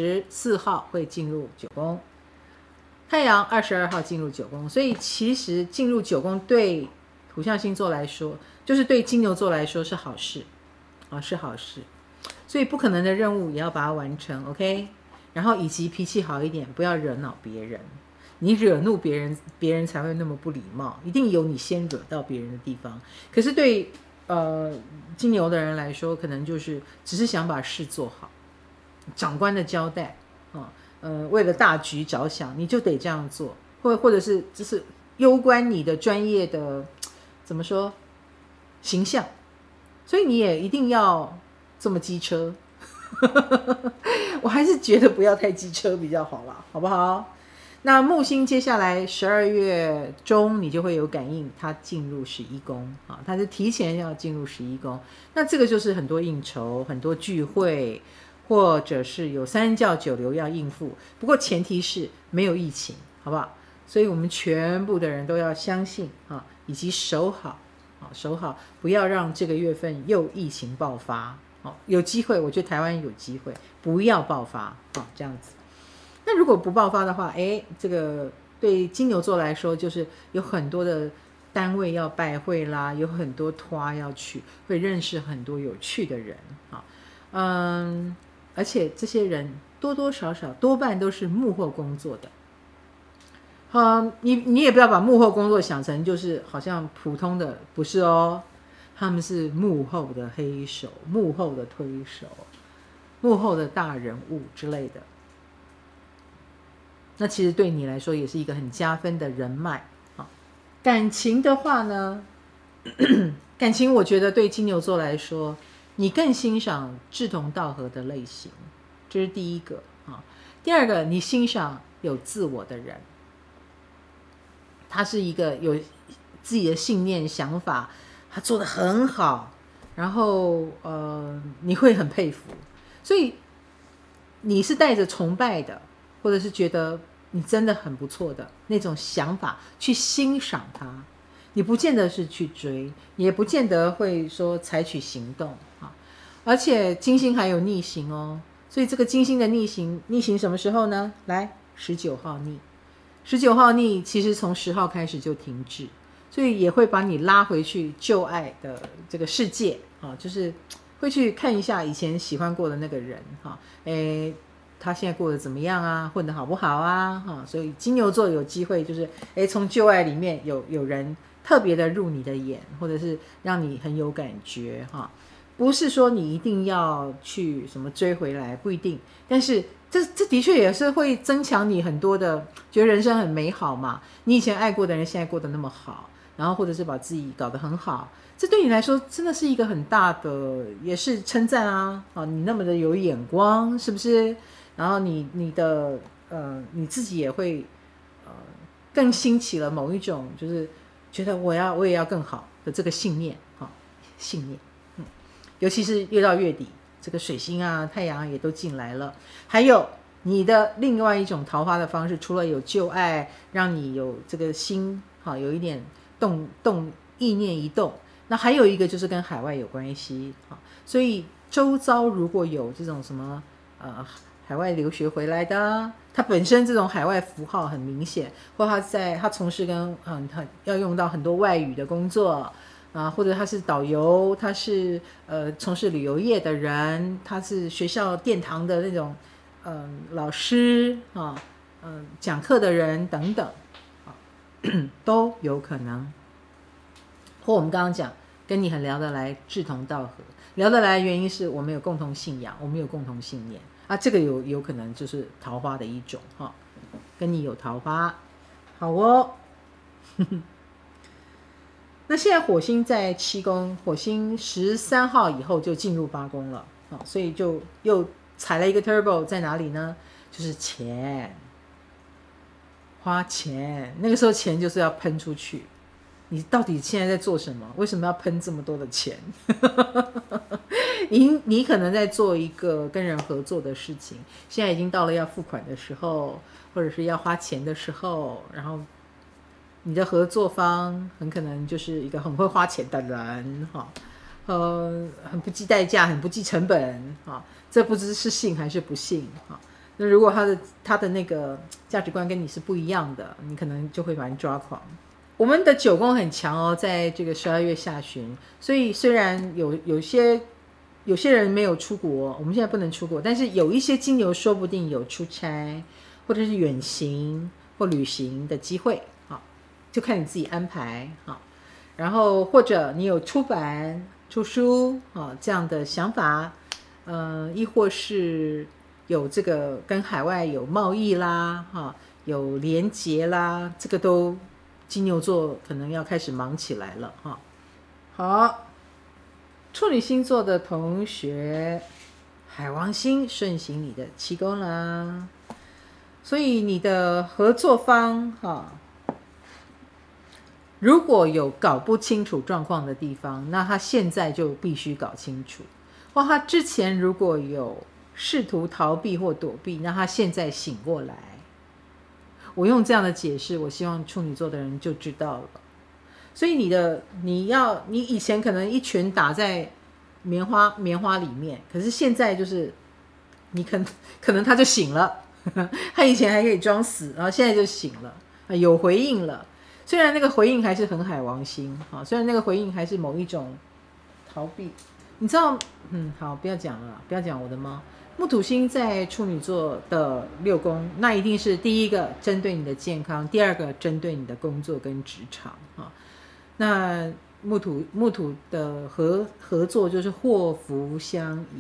14号会进入9宫，太阳22号进入9宫，所以其实进入9宫对土象星座来说，就是对金牛座来说是好事，是好事。所以不可能的任务也要把它完成 ，OK？ 然后以及脾气好一点，不要惹恼别人。你惹怒别人，别人才会那么不礼貌，一定有你先惹到别人的地方。可是对金牛的人来说，可能就是只是想把事做好，长官的交代为了大局着想，你就得这样做，或者是就是攸关你的专业的怎么说形象，所以你也一定要这么机车。我还是觉得不要太机车比较好啦，好不好？那木星接下来12月中你就会有感应，它进入11宫啊，它是提前要进入11宫。那这个就是很多应酬、很多聚会，或者是有3教9流要应付。不过前提是没有疫情，好不好？所以我们全部的人都要相信以及守好，不要让这个月份又疫情爆发。有机会，我觉得台湾有机会，不要爆发这样子。那如果不爆发的话，这个对金牛座来说，就是有很多的单位要拜会啦，有很多拖要去，会认识很多有趣的人而且这些人多多少少多半都是幕后工作的。你也不要把幕后工作想成就是好像普通的，不是哦，他们是幕后的黑手，幕后的推手，幕后的大人物之类的。那其实对你来说也是一个很加分的人脉。感情的话呢，感情我觉得对金牛座来说，你更欣赏志同道合的类型，这是第一个。第二个，你欣赏有自我的人，他是一个有自己的信念想法，他做得很好，然后你会很佩服，所以你是带着崇拜的，或者是觉得你真的很不错的那种想法去欣赏他，你不见得是去追，也不见得会说采取行动而且金星还有逆行哦，所以这个金星的逆行什么时候呢？来，19号逆，19号逆其实从10号开始就停滞，所以也会把你拉回去旧爱的这个世界就是会去看一下以前喜欢过的那个人他现在过得怎么样啊？混得好不好啊？所以金牛座有机会就是从旧爱里面有人特别的入你的眼，或者是让你很有感觉不是说你一定要去什么追回来，不一定，但是这的确也是会增强你很多的，觉得人生很美好嘛。你以前爱过的人现在过得那么好，然后或者是把自己搞得很好，这对你来说真的是一个很大的也是称赞你那么的有眼光，是不是？然后你的你自己也会更兴起了某一种就是觉得我也要更好的这个信念信念。尤其是越到月底，这个水星太阳也都进来了。还有你的另外一种桃花的方式，除了有旧爱，让你有这个心有一点意念一动，那还有一个就是跟海外有关系所以周遭如果有这种什么海外留学回来的，他本身这种海外符号很明显，或他从事跟他要用到很多外语的工作或者他是导游，他是从事旅游业的人，他是学校殿堂的那种老师讲课的人等等都有可能。或我们刚刚讲跟你很聊得来，志同道合，聊得来的原因是我们有共同信仰，我们有共同信念啊，这个有可能就是桃花的一种哈，跟你有桃花，好哦。那现在火星在7宫，火星13号以后就进入8宫了，所以就又踩了一个 turbo 在哪里呢？就是钱，花钱，那个时候钱就是要喷出去。你到底现在在做什么？为什么要喷这么多的钱？你可能在做一个跟人合作的事情，现在已经到了要付款的时候，或者是要花钱的时候，然后你的合作方很可能就是一个很会花钱的人，很不计代价，很不计成本，这不知是信还是不信，那如果他的那个价值观跟你是不一样的，你可能就会把你抓狂。我们的9宫很强哦，在这个12月下旬，所以虽然有些人没有出国，我们现在不能出国，但是有一些金牛说不定有出差或者是远行或旅行的机会，就看你自己安排，然后或者你有出版出书这样的想法，亦或是有这个跟海外有贸易啦，有连结啦，这个都金牛座可能要开始忙起来了哈。好，处女星座的同学，海王星顺行你的7宫啦，所以你的合作方如果有搞不清楚状况的地方，那他现在就必须搞清楚。或他之前如果有试图逃避或躲避，那他现在醒过来。我用这样的解释，我希望处女座的人就知道了。所以你以前可能一拳打在棉花里面，可是现在就是你可能他就醒了，他以前还可以装死，然后现在就醒了，有回应了。虽然那个回应还是很海王星，虽然那个回应还是某一种逃避，你知道，好，不要讲了，不要讲我的猫。木土星在处女座的6宫，那一定是第一个针对你的健康，第二个针对你的工作跟职场那木土的合作就是祸福相倚，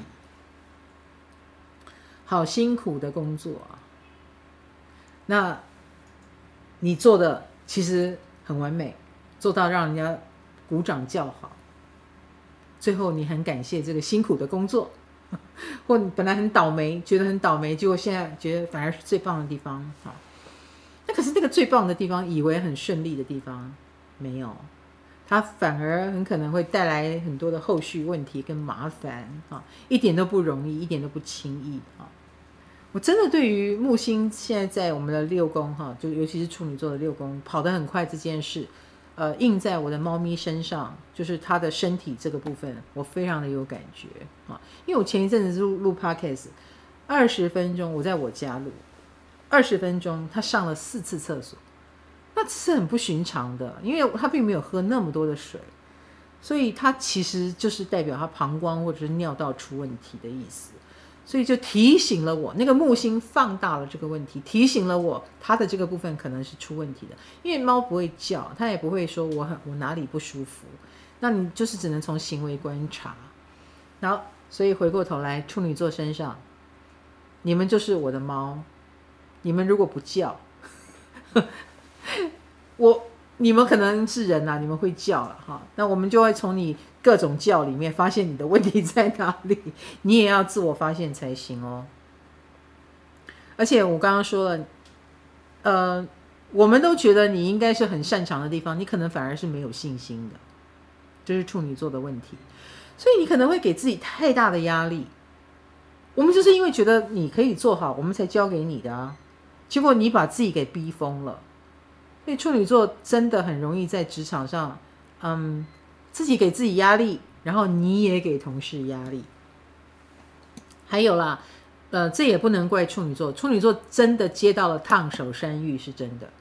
好辛苦的工作啊。那你做的其实很完美，做到让人家鼓掌叫好，最后你很感谢这个辛苦的工作，或你本来很倒霉，觉得很倒霉，结果现在觉得反而是最棒的地方。那可是那个最棒的地方，以为很顺利的地方，没有，它反而很可能会带来很多的后续问题跟麻烦，一点都不容易，一点都不轻易。我真的对于木星现在在我们的6宫就尤其是处女座的6宫跑得很快这件事，印在我的猫咪身上，就是它的身体这个部分，我非常的有感觉因为我前一阵子录 podcast 20分钟，我在我家录20分钟，他上了4次厕所，那是很不寻常的，因为他并没有喝那么多的水，所以他其实就是代表他膀胱或者是尿道出问题的意思。所以就提醒了我，那个木星放大了这个问题，提醒了我它的这个部分可能是出问题的。因为猫不会叫，它也不会说我哪里不舒服，那你就是只能从行为观察。然后，所以回过头来，处女座身上，你们就是我的猫，你们如果不叫，你们可能是人你们会叫了那我们就会从你各种叫里面发现你的问题在哪里，你也要自我发现才行哦。而且我刚刚说了，我们都觉得你应该是很擅长的地方，你可能反而是没有信心的，这是处女座的问题。所以你可能会给自己太大的压力，我们就是因为觉得你可以做好，我们才交给你的结果你把自己给逼疯了。所以处女座真的很容易在职场上，自己给自己压力，然后你也给同事压力。还有啦，这也不能怪处女座，处女座真的接到了烫手山芋是真的，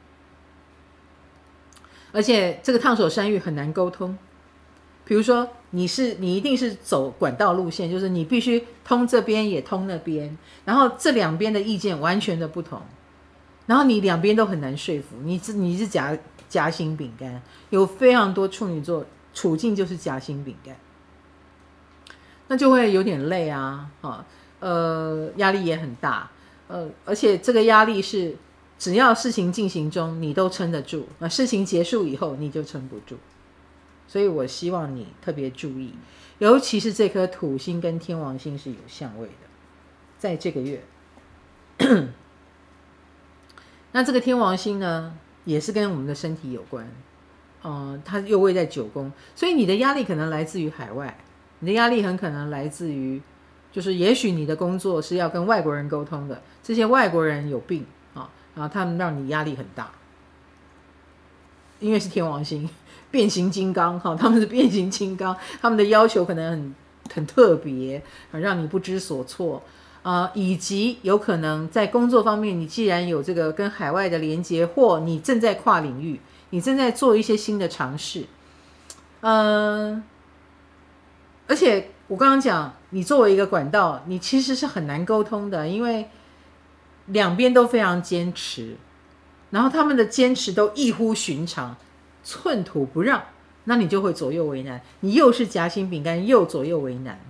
而且这个烫手山芋很难沟通。比如说你一定是走管道路线，就是你必须通这边也通那边，然后这两边的意见完全的不同，然后你两边都很难说服，你是夹心饼干，有非常多处女座处境就是夹心饼干，那就会有点累压力也很大，而且这个压力是只要事情进行中你都撑得住，事情结束以后你就撑不住。所以我希望你特别注意，尤其是这颗土星跟天王星是有相位的，在这个月。那这个天王星呢，也是跟我们的身体有关，它又位在9宫，所以你的压力可能来自于海外，你的压力很可能来自于，就是也许你的工作是要跟外国人沟通的，这些外国人有病啊，然后他们让你压力很大，因为是天王星，变形金刚哈，他们是变形金刚，他们的要求可能很特别，让你不知所措。以及有可能在工作方面，你既然有这个跟海外的连接，或你正在跨领域，你正在做一些新的尝试，而且我刚刚讲，你作为一个管道，你其实是很难沟通的，因为两边都非常坚持，然后他们的坚持都异乎寻常，寸土不让，那你就会左右为难，你又是夹心饼干，又左右为难。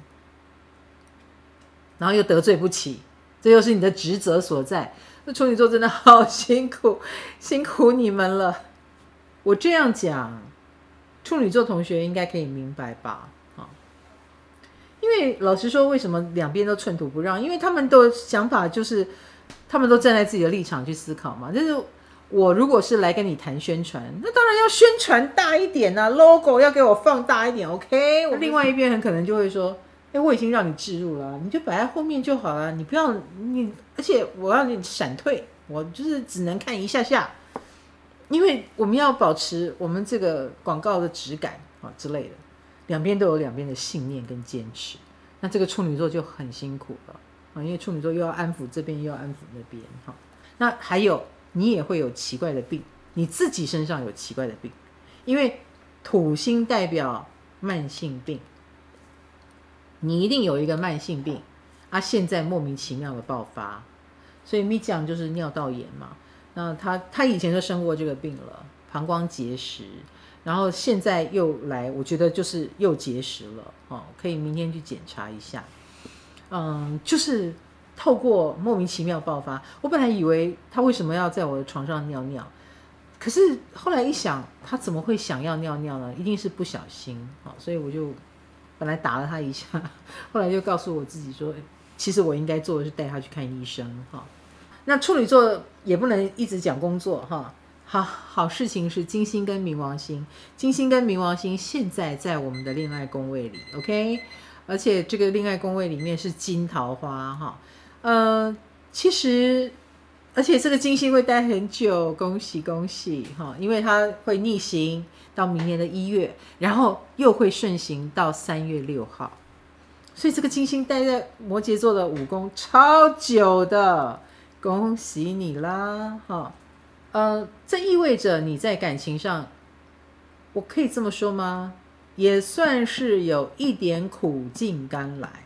然后又得罪不起，这又是你的职责所在。那处女座真的好辛苦，辛苦你们了。我这样讲，处女座同学应该可以明白吧？因为老实说，为什么两边都寸土不让？因为他们的想法就是，他们都站在自己的立场去思考嘛。就是我如果是来跟你谈宣传，那当然要宣传大一点啊 ，logo 要给我放大一点 ，OK？ 另外一边很可能就会说。我已经让你置入了，你就摆在后面就好了，你不要你，而且我要你闪退，我就是只能看一下下，因为我们要保持我们这个广告的质感之类的，两边都有两边的信念跟坚持，那这个处女座就很辛苦了因为处女座又要安抚这边又要安抚那边那还有你也会有奇怪的病，你自己身上有奇怪的病，因为土星代表慢性病。你一定有一个慢性病现在莫名其妙的爆发，所以咪酱就是尿道炎嘛。那他以前就生过这个病了，膀胱结石，然后现在又来，我觉得就是又结石了可以明天去检查一下。就是透过莫名其妙爆发，我本来以为他为什么要在我的床上尿尿，可是后来一想，他怎么会想要尿尿呢？一定是不小心所以我就。本来打了他一下，后来就告诉我自己说，其实我应该做的是带他去看医生那处女座也不能一直讲工作好事情是金星跟冥王星，金星跟冥王星现在在我们的恋爱宫位里 ，OK， 而且这个恋爱宫位里面是金桃花其实。而且这个金星会待很久，恭喜恭喜因为它会逆行到明年的1月，然后又会顺行到3月6号，所以这个金星待在摩羯座的5宫超久的，恭喜你啦这意味着你在感情上，我可以这么说吗？也算是有一点苦尽甘来，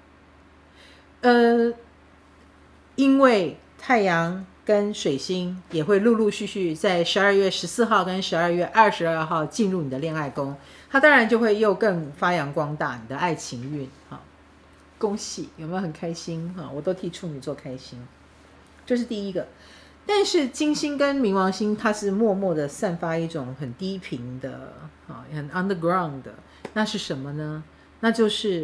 因为太阳跟水星也会陆陆续续在12月14号跟12月22号进入你的恋爱宫，它当然就会又更发扬光大你的爱情运恭喜，有没有很开心我都替处女座开心，这是第一个。但是金星跟冥王星它是默默的散发一种很低频的很 underground 的，那是什么呢？那就是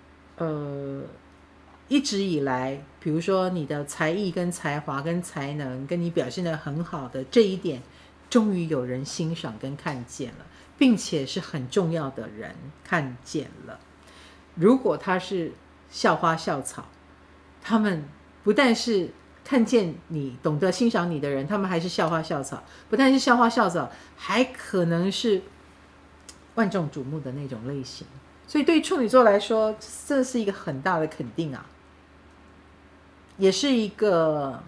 一直以来，比如说你的才艺跟才华跟才能跟你表现得很好的这一点，终于有人欣赏跟看见了，并且是很重要的人看见了。如果他是校花校草，他们不但是看见你懂得欣赏你的人，他们还是校花校草，不但是校花校草，还可能是万众瞩目的那种类型。所以对于处女座来说，这是一个很大的肯定也是一个，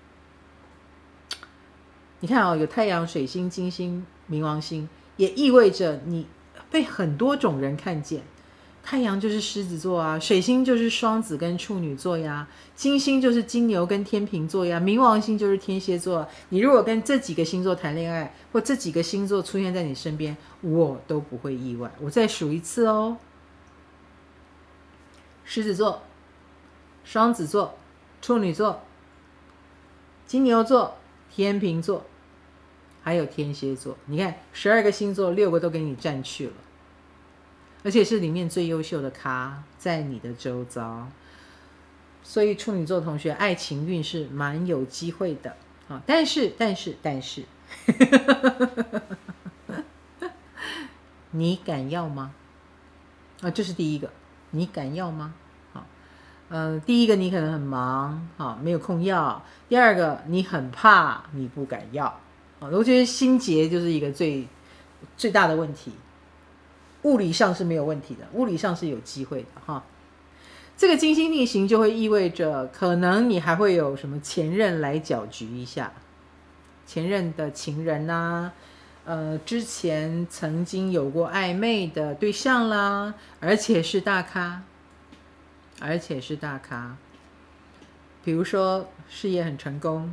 你看有太阳、水星、金星、冥王星，也意味着你被很多种人看见。太阳就是狮子座水星就是双子跟处女座呀，金星就是金牛跟天秤座呀，冥王星就是天蝎座。你如果跟这几个星座谈恋爱，或这几个星座出现在你身边，我都不会意外。我再数一次狮子座、 双子座、处女座、金牛座、天秤座，还有天蝎座。你看12个星座6个都给你占去了，而且是里面最优秀的咖在你的周遭。所以处女座同学爱情运是蛮有机会的啊，但是你敢要吗？这是第一个，你敢要吗？第一个你可能很忙，没有空要；第二个你很怕，你不敢要。我觉得心结就是一个最大的问题。物理上是没有问题的，物理上是有机会的哈。这个金星逆行就会意味着，可能你还会有什么前任来搅局一下，前任的情人啊，之前曾经有过暧昧的对象啦，而且是大咖，比如说事业很成功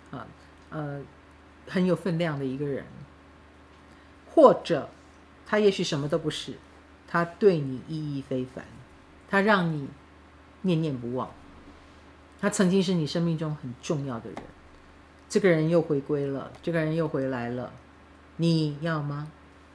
很有分量的一个人，或者他也许什么都不是，他对你意义非凡，他让你念念不忘，他曾经是你生命中很重要的人，这个人又回归了，这个人又回来了，你要吗？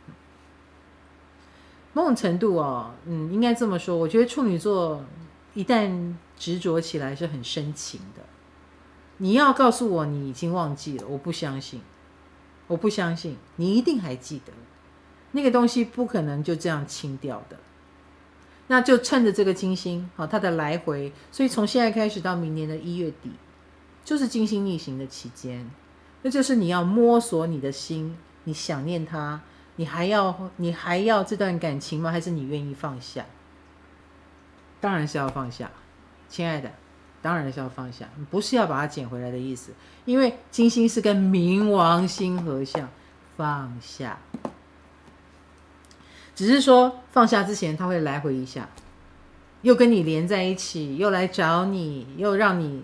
某种程度应该这么说，我觉得处女座一旦执着起来是很深情的。你要告诉我你已经忘记了，我不相信，你一定还记得，那个东西不可能就这样清掉的。那就趁着这个金星它的来回，所以从现在开始到明年的1月底，就是金星逆行的期间，那就是你要摸索你的心，你想念他，你还要这段感情吗？还是你愿意放下？当然是要放下，亲爱的，当然是要放下，不是要把它捡回来的意思，因为金星是跟冥王星合相，放下。只是说放下之前他会来回一下，又跟你连在一起，又来找你，又让你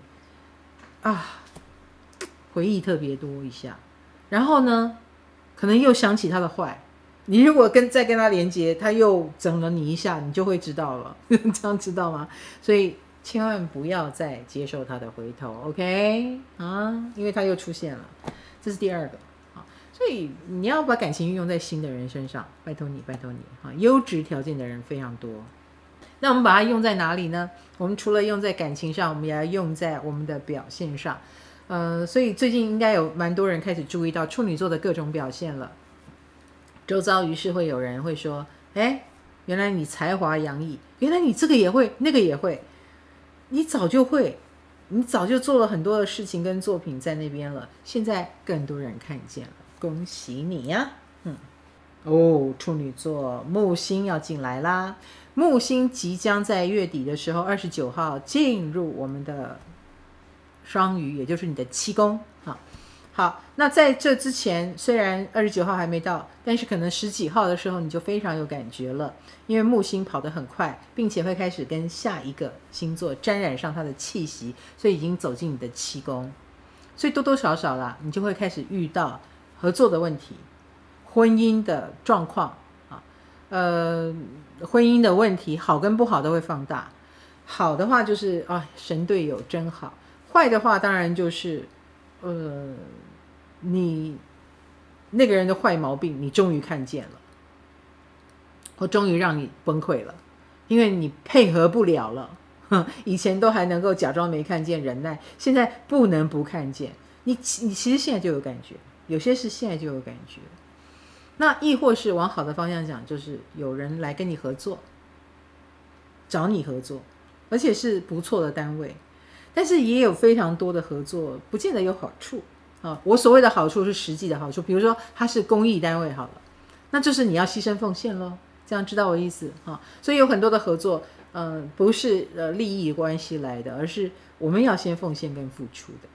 回忆特别多一下，然后呢可能又想起他的坏，你如果再跟他连接，他又整了你一下，你就会知道了这样知道吗？所以千万不要再接受他的回头 OK 因为他又出现了，这是第二个。所以你要把感情运用在新的人身上，拜托你优质条件的人非常多。那我们把它用在哪里呢？我们除了用在感情上，我们也要用在我们的表现上。所以最近应该有蛮多人开始注意到处女座的各种表现了。周遭于是会有人会说，原来你才华洋溢，原来你这个也会，那个也会，你早就会，你早就做了很多的事情跟作品在那边了，现在更多人看见了，恭喜你呀！处女座木星要进来啦，木星即将在月底的时候29号进入我们的双鱼，也就是你的7宫。好，那在这之前，虽然29号还没到，但是可能10几号的时候你就非常有感觉了，因为木星跑得很快，并且会开始跟下一个星座沾染上它的气息，所以已经走进你的7宫，所以多多少少啦，你就会开始遇到合作的问题，婚姻的状况婚姻的问题好跟不好都会放大。好的话就是神队友真好，坏的话当然就是你那个人的坏毛病你终于看见了，或终于让你崩溃了，因为你配合不了了。以前都还能够假装没看见忍耐，现在不能不看见。你其实现在就有感觉，有些事现在就有感觉。那亦或是往好的方向讲，就是有人来跟你合作，找你合作，而且是不错的单位，但是也有非常多的合作不见得有好处我所谓的好处是实际的好处，比如说它是公益单位好了，那就是你要牺牲奉献咯，这样知道我意思所以有很多的合作不是利益关系来的，而是我们要先奉献跟付出的，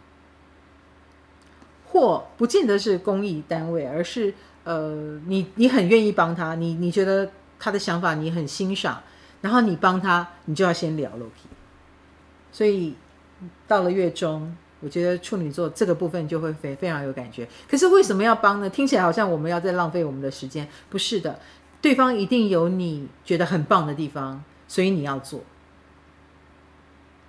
或不见得是公益单位，而是你很愿意帮他，你觉得他的想法你很欣赏，然后你帮他，你就要先聊了。所以到了月中，我觉得处女座这个部分就会非常有感觉。可是为什么要帮呢？听起来好像我们要在浪费我们的时间，不是的，对方一定有你觉得很棒的地方，所以你要做。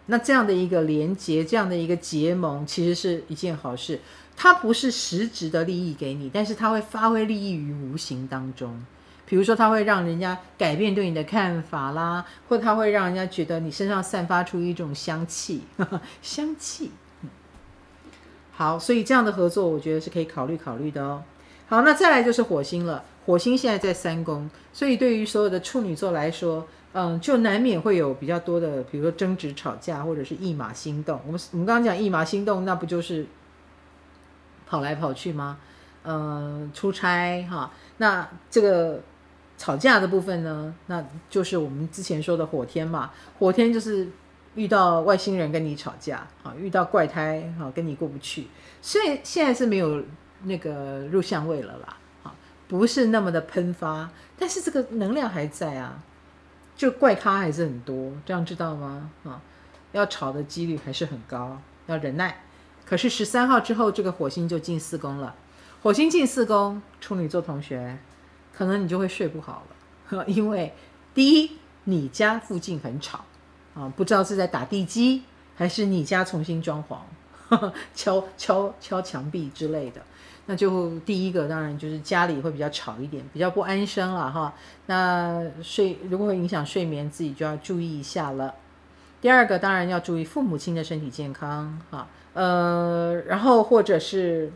那这样的一个连结，这样的一个结盟，其实是一件好事。它不是实质的利益给你，但是它会发挥利益于无形当中。比如说，它会让人家改变对你的看法啦，或者它会让人家觉得你身上散发出一种香气，香气。好，所以这样的合作，我觉得是可以考虑的哦。好，那再来就是火星了。火星现在在3宫，所以对于所有的处女座来说，就难免会有比较多的，比如说争执、吵架，或者是一马心动。我们刚刚讲一马心动，那不就是跑来跑去吗？出差哈，那这个吵架的部分呢，那就是我们之前说的火天嘛。火天就是遇到外星人跟你吵架，遇到怪胎跟你过不去。所以现在是没有那个入相位了啦，不是那么的喷发，但是这个能量还在啊，就怪咖还是很多，这样知道吗？要吵的几率还是很高，要忍耐。可是13号之后，这个火星就进4宫了。火星进4宫，处女座同学，可能你就会睡不好了，因为第一，你家附近很吵不知道是在打地基，还是你家重新装潢，敲墙壁之类的。那就第一个当然就是家里会比较吵一点，比较不安生了哈。那如果会影响睡眠，自己就要注意一下了。第二个当然要注意父母亲的身体健康哈，然后或者是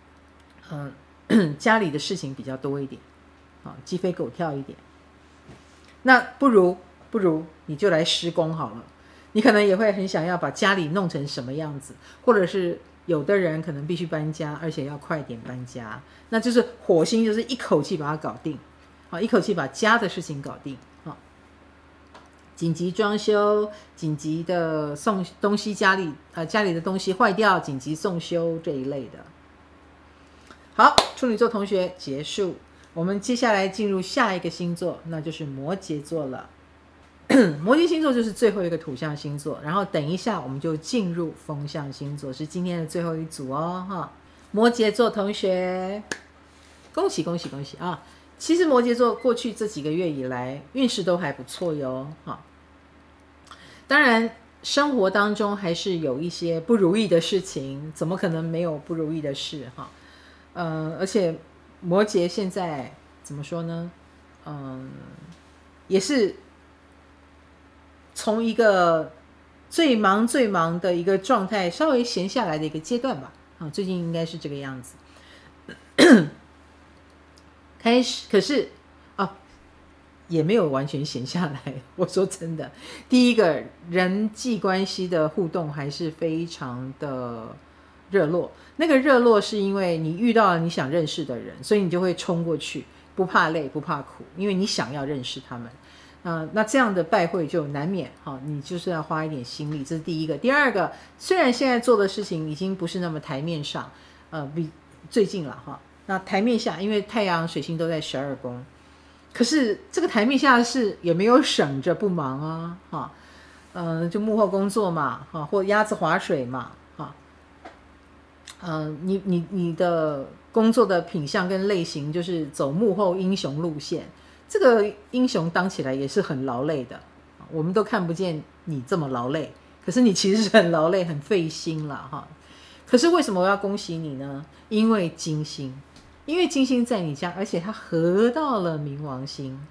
家里的事情比较多一点，鸡飞狗跳一点。那不如你就来施工好了。你可能也会很想要把家里弄成什么样子，或者是有的人可能必须搬家，而且要快点搬家，那就是火星就是一口气把它搞定，一口气把家的事情搞定，紧急装修，紧急的送东西，家里的东西坏掉，紧急送修这一类的。好，处女座同学结束，我们接下来进入下一个星座，那就是摩羯座了。摩羯星座就是最后一个土象星座，然后等一下我们就进入风象星座，是今天的最后一组哦。摩羯座同学，恭喜恭喜恭喜啊！其实摩羯座过去这几个月以来运势都还不错哟。当然生活当中还是有一些不如意的事情，怎么可能没有不如意的事而且摩羯现在怎么说呢？也是从一个最忙的一个状态稍微闲下来的一个阶段吧，最近应该是这个样子。开始可是也没有完全闲下来，我说真的，第一个人际关系的互动还是非常的热络，那个热络是因为你遇到了你想认识的人，所以你就会冲过去，不怕累不怕苦，因为你想要认识他们。那这样的拜会就难免你就是要花一点心力，这是第一个。第二个，虽然现在做的事情已经不是那么台面上，比最近了那台面下，因为太阳水星都在12宫，可是这个台面下的事也没有省着不忙就幕后工作嘛或鸭子划水嘛你的工作的品项跟类型就是走幕后英雄路线，这个英雄当起来也是很劳累的，我们都看不见你这么劳累，可是你其实是很劳累很费心了可是为什么我要恭喜你呢？因为金星在你家，而且它合到了冥王星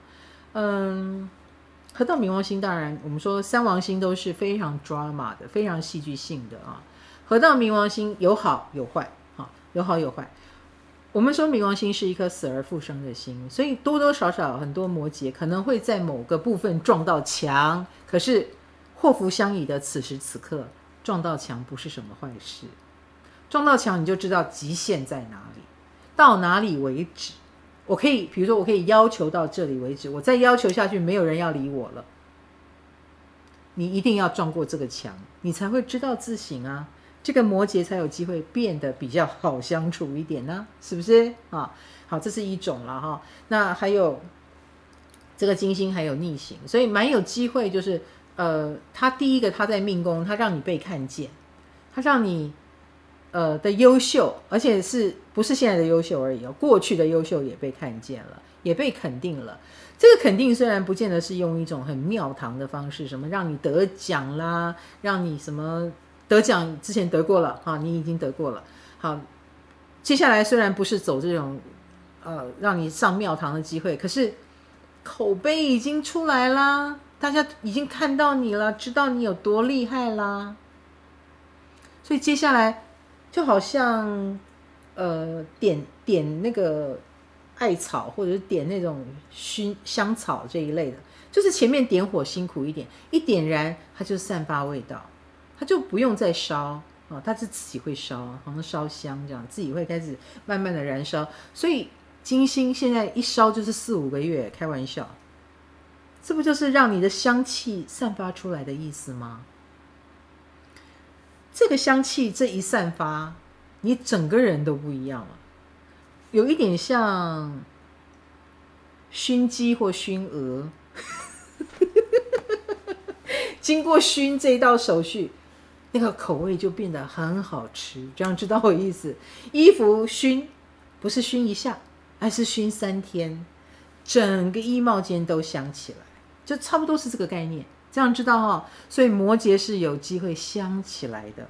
合到冥王星，当然我们说三王星都是非常 drama 的，非常戏剧性的合到冥王星有好有坏有好有坏。我们说冥王星是一颗死而复生的星，所以多多少少很多摩羯可能会在某个部分撞到墙，可是祸福相依的此时此刻，撞到墙不是什么坏事。撞到墙你就知道极限在哪里，到哪里为止。比如说我可以要求到这里为止，我再要求下去没有人要理我了，你一定要撞过这个墙，你才会知道自省啊，这个摩羯才有机会变得比较好相处一点呢，是不是好，这是一种了那还有这个金星还有逆行，所以蛮有机会，就是他第一个他在命宫，他让你被看见，他让你的优秀，而且不是现在的优秀而已哦，过去的优秀也被看见了，也被肯定了。这个肯定虽然不见得是用一种很庙堂的方式，什么让你得奖啦，让你什么得奖之前得过了哈，你已经得过了。好，接下来虽然不是走这种让你上庙堂的机会，可是口碑已经出来啦，大家已经看到你了，知道你有多厉害啦。所以接下来就好像点那个艾草，或者是点那种香草这一类的，就是前面点火辛苦一点，一点燃它就散发味道，它就不用再烧哦，它是自己会烧，好像烧香这样，自己会开始慢慢的燃烧。所以金星现在一烧就是4-5个月，开玩笑，这不就是让你的香气散发出来的意思吗？这个香气这一散发，你整个人都不一样了，有一点像熏鸡或熏鹅经过熏这一道手续，那个口味就变得很好吃，这样知道我意思？衣服熏不是熏一下，而是熏3天，整个衣帽间都香起来，就差不多是这个概念，这样知道哈？所以摩羯是有机会香起来的。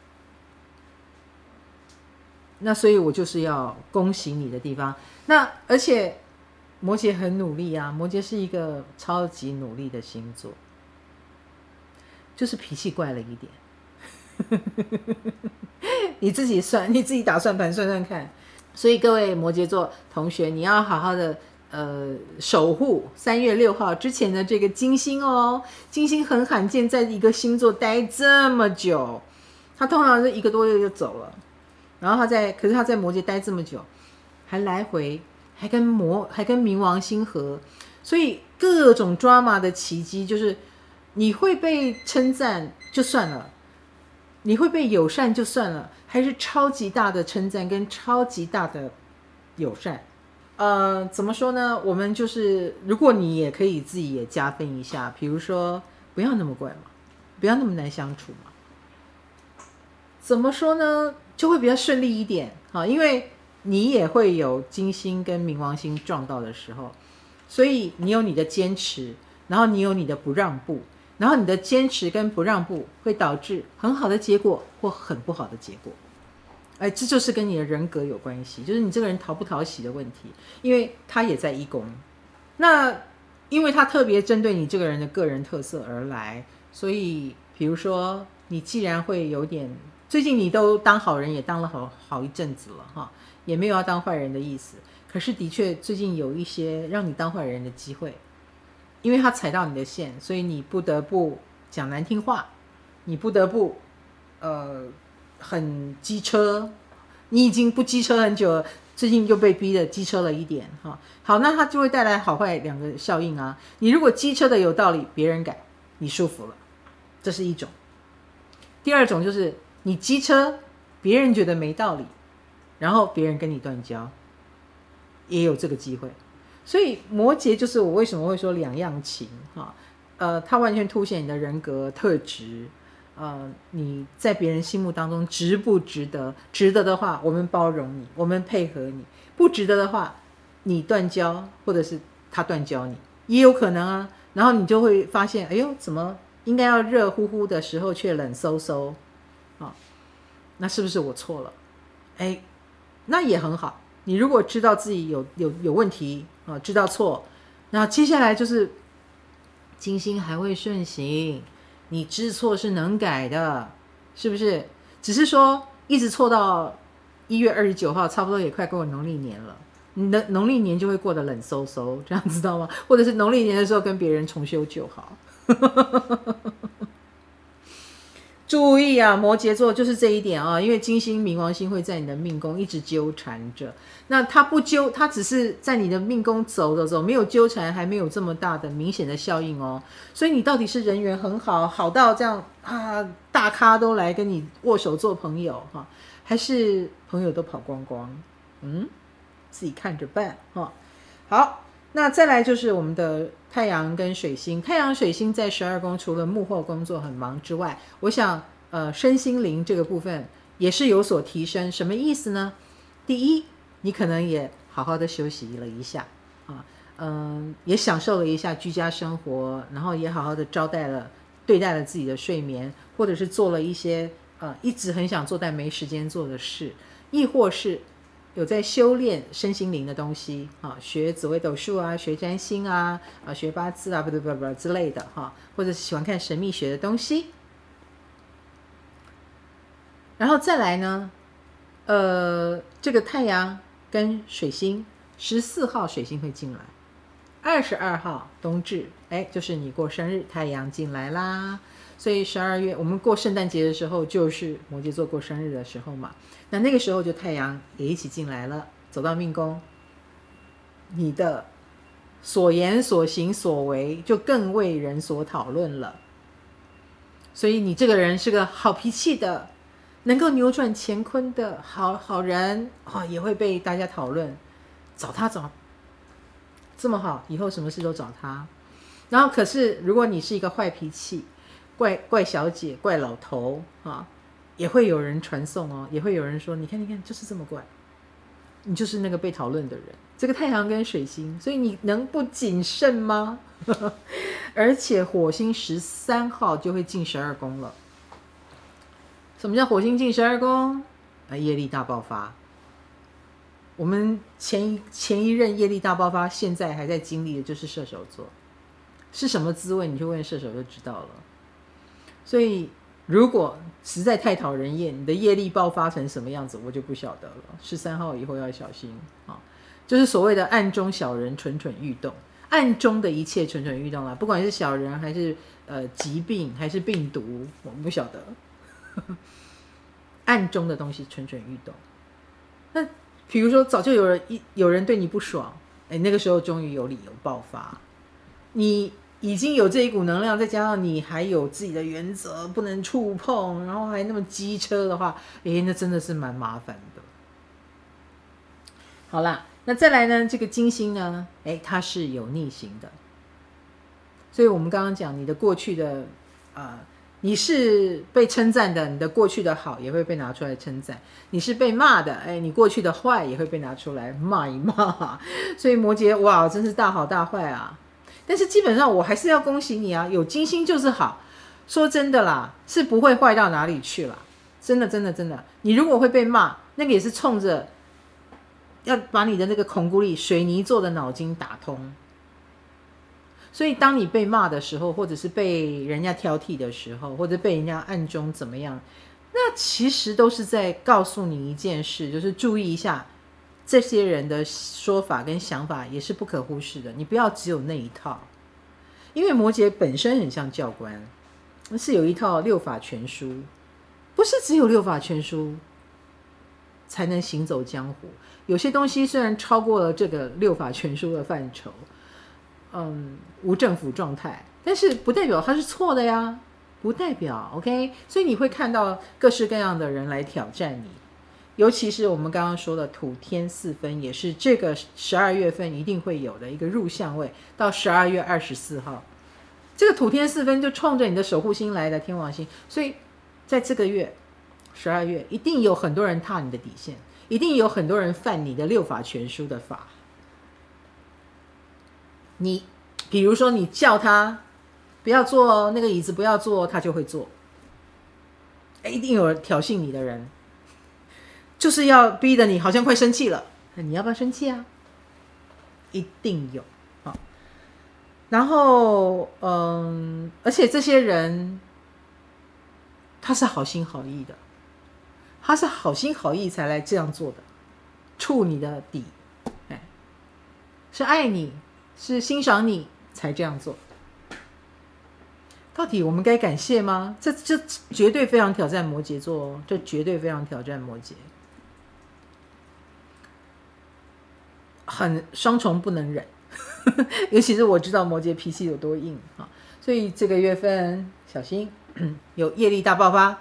那所以我就是要恭喜你的地方。那而且摩羯很努力啊，摩羯是一个超级努力的星座，就是脾气怪了一点。你自己打算盘算算看。所以各位摩羯座同学，你要好好的守护3月6号之前的这个金星哦。金星很罕见在一个星座待这么久，他通常是1个多月就走了。然后可是他在摩羯待这么久，还来回，还跟冥王星合，所以各种 drama 的奇迹，就是你会被称赞就算了，你会被友善就算了，还是超级大的称赞跟超级大的友善。怎么说呢？我们就是如果你也可以自己也加分一下，比如说不要那么怪嘛，不要那么难相处嘛。怎么说呢？就会比较顺利一点，因为你也会有金星跟冥王星撞到的时候，所以你有你的坚持，然后你有你的不让步，然后你的坚持跟不让步会导致很好的结果或很不好的结果。这就是跟你的人格有关系，就是你这个人讨不讨喜的问题，因为他也在1宫，那因为他特别针对你这个人的个人特色而来，所以比如说你既然会有点。最近你都当好人也当了好一阵子了哈，也没有要当坏人的意思，可是的确最近有一些让你当坏人的机会，因为他踩到你的线，所以你不得不讲难听话，你不得不很机车，你已经不机车很久了，最近又被逼的机车了一点哈。好，那它就会带来好坏2个效应啊。你如果机车的有道理，别人改，你舒服了，这是一种。第二种就是你机车，别人觉得没道理，然后别人跟你断交，也有这个机会。所以摩羯就是我为什么会说2样情哈，它完全凸显你的人格特质，你在别人心目当中值不值得？值得的话，我们包容你，我们配合你；不值得的话，你断交，或者是他断交你，也有可能啊。然后你就会发现，哎呦，怎么应该要热乎乎的时候却冷飕飕？那是不是我错了？那也很好。你如果知道自己有问题知道错，那接下来就是金星还会顺行，你知错是能改的，是不是？只是说一直错到1月29号，差不多也快过农历年了，你的农历年就会过得冷飕飕，这样知道吗？或者是农历年的时候跟别人重修旧好。注意啊，摩羯座就是这一点啊，因为金星、冥王星会在你的命宫一直纠缠着。那它不纠，它只是在你的命宫走，没有纠缠，还没有这么大的明显的效应哦。所以你到底是人缘很好，好到这样大咖都来跟你握手做朋友还是朋友都跑光光？自己看着办好，那再来就是我们的太阳跟水星。太阳水星在12宫，除了幕后工作很忙之外，我想身心灵这个部分也是有所提升。什么意思呢？第一，你可能也好好的休息了一下啊，也享受了一下居家生活，然后也好好的对待了自己的睡眠，或者是做了一些一直很想做但没时间做的事，亦或是有在修炼身心灵的东西啊，学紫微斗数啊，学占星啊，学八字啊，不之类的哈，或者是喜欢看神秘学的东西。然后再来呢，这个太阳跟水星14号水星会进来，22号冬至，就是你过生日，太阳进来啦。所以12月我们过圣诞节的时候，就是摩羯座过生日的时候嘛。那个时候就太阳也一起进来了，走到命宫，你的所言所行所为就更为人所讨论了。所以你这个人是个好脾气的，能够扭转乾坤的好人也会被大家讨论。找他这么好，以后什么事都找他。然后可是如果你是一个坏脾气，怪小姐、怪老头也会有人传颂也会有人说，你看就是这么怪，你就是那个被讨论的人。这个太阳跟水星，所以你能不谨慎吗？而且火星13号就会进12宫了。什么叫火星进12宫？业力大爆发。我们前一任业力大爆发，现在还在经历的就是射手座，是什么滋味？你去问射手就知道了。所以如果实在太讨人厌，你的业力爆发成什么样子，我就不晓得了。13号以后要小心就是所谓的暗中小人蠢蠢欲动，暗中的一切蠢蠢欲动啦，不管是小人还是疾病还是病毒，我们不晓得。暗中的东西蠢蠢欲动。那比如说早就有人对你不爽，那个时候终于有理由爆发。你已经有这一股能量，再加上你还有自己的原则不能触碰，然后还那么机车的话，那真的是蛮麻烦的。好啦，那再来呢，这个金星呢，它是有逆行的。所以我们刚刚讲你的过去的你是被称赞的，你的过去的好也会被拿出来称赞；你是被骂的，你过去的坏也会被拿出来骂一骂。所以摩羯，哇，真是大好大坏啊！但是基本上我还是要恭喜你啊，有金星就是好。说真的啦，是不会坏到哪里去啦，真的。你如果会被骂，那个也是冲着要把你的那个孔骨里水泥做的脑筋打通。所以当你被骂的时候，或者是被人家挑剔的时候，或者被人家暗中怎么样，那其实都是在告诉你一件事，就是注意一下这些人的说法跟想法也是不可忽视的，你不要只有那一套。因为摩羯本身很像教官，是有一套六法全书，不是只有六法全书才能行走江湖。有些东西虽然超过了这个六法全书的范畴，无政府状态，但是不代表它是错的呀，不代表 OK。 所以你会看到各式各样的人来挑战你，尤其是我们刚刚说的土天4分，也是这个12月份一定会有的一个入相位，到12月24号，这个土天4分就冲着你的守护星来的天王星，所以在这个月12月一定有很多人踏你的底线，一定有很多人犯你的六法全书的法。你比如说你叫他不要坐那个椅子，不要坐，他就会坐。一定有人挑衅你的人，就是要逼得你好像快生气了，你要不要生气啊？一定有。然后而且这些人他是好心好意的，他是好心好意才来这样做的，触你的底，是爱你，是欣赏你才这样做。到底我们该感谢吗？这绝对非常挑战摩羯座哦，这绝对非常挑战摩羯，很双重不能忍。尤其是我知道摩羯脾气有多硬，所以这个月份小心有业力大爆发，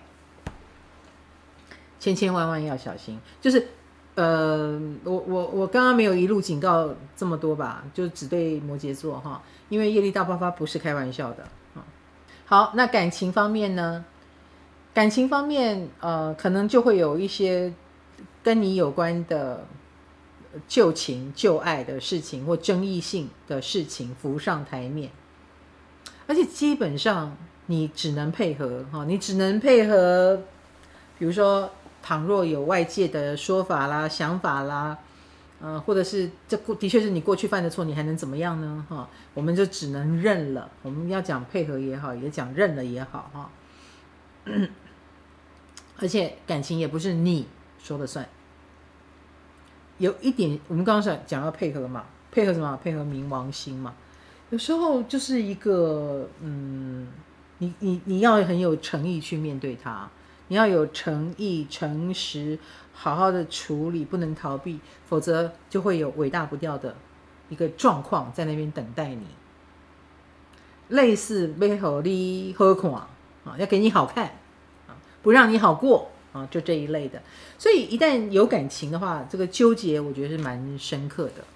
千万要小心。就是我刚刚没有一路警告这么多吧，就只对摩羯座哈，因为业力大爆发不是开玩笑的。好，那感情方面呢？ 感情方面，可能就会有一些跟你有关的旧情旧爱的事情或争议性的事情浮上台面，而且基本上你只能配合你只能配合，比如说倘若有外界的说法啦、想法啦，或者是这的确是你过去犯的错，你还能怎么样呢？我们就只能认了。我们要讲配合也好，也讲认了也好而且感情也不是你说了算。有一点，我们刚刚讲要配合嘛，配合什么？配合冥王星嘛。有时候就是一个，你要很有诚意去面对它，你要有诚意、诚实，好好的处理，不能逃避，否则就会有尾大不掉的一个状况在那边等待你。类似背后你好看要给你好看不让你好过就这一类的。所以一旦有感情的话，这个纠结我觉得是蛮深刻的。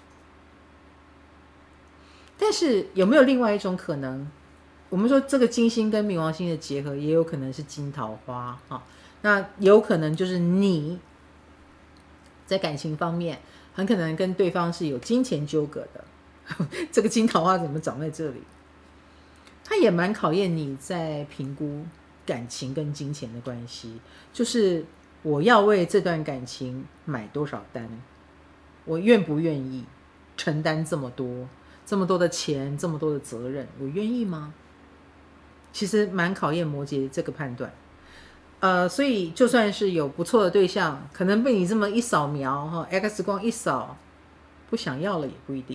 但是有没有另外一种可能？我们说这个金星跟冥王星的结合，也有可能是金桃花那有可能就是你在感情方面，很可能跟对方是有金钱纠葛的。这个金桃花怎么长在这里？它也蛮考验你在评估感情跟金钱的关系，就是我要为这段感情买多少单，我愿不愿意承担这么多的钱，这么多的责任，我愿意吗？其实蛮考验摩羯这个判断。所以就算是有不错的对象，可能被你这么一扫描X 光一扫，不想要了也不一定。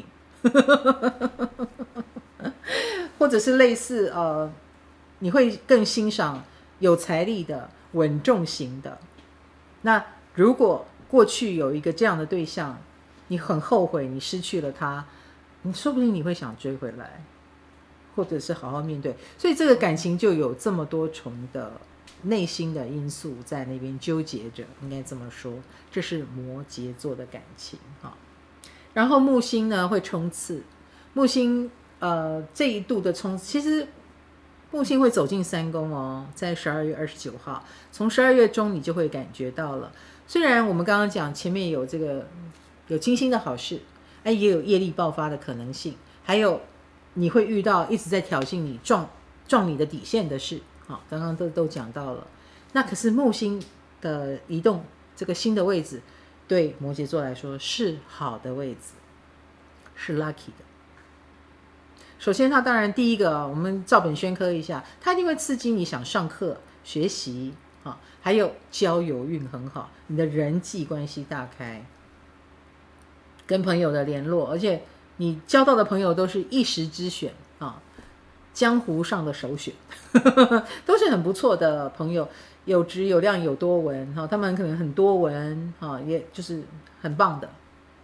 或者是类似你会更欣赏有财力的稳重型的。那如果过去有一个这样的对象，你很后悔你失去了他，你说不定你会想追回来，或者是好好面对。所以这个感情就有这么多重的内心的因素在那边纠结着，应该这么说，这是摩羯座的感情然后木星呢会冲刺，木星这一度的冲刺，其实木星会走进三宫在12月29号，从12月中你就会感觉到了。虽然我们刚刚讲前面有这个有金星的好事，也有业力爆发的可能性，还有你会遇到一直在挑衅你、撞你的底线的事刚刚都讲到了。那可是木星的移动，这个新的位置对摩羯座来说是好的位置，是 lucky 的。首先它当然第一个我们照本宣科一下，它一定会刺激你想上课学习还有交友运很好，你的人际关系大开，跟朋友的联络，而且你交到的朋友都是一时之选江湖上的首选都是很不错的朋友，有质有量有多文他们可能很多文也就是很棒的，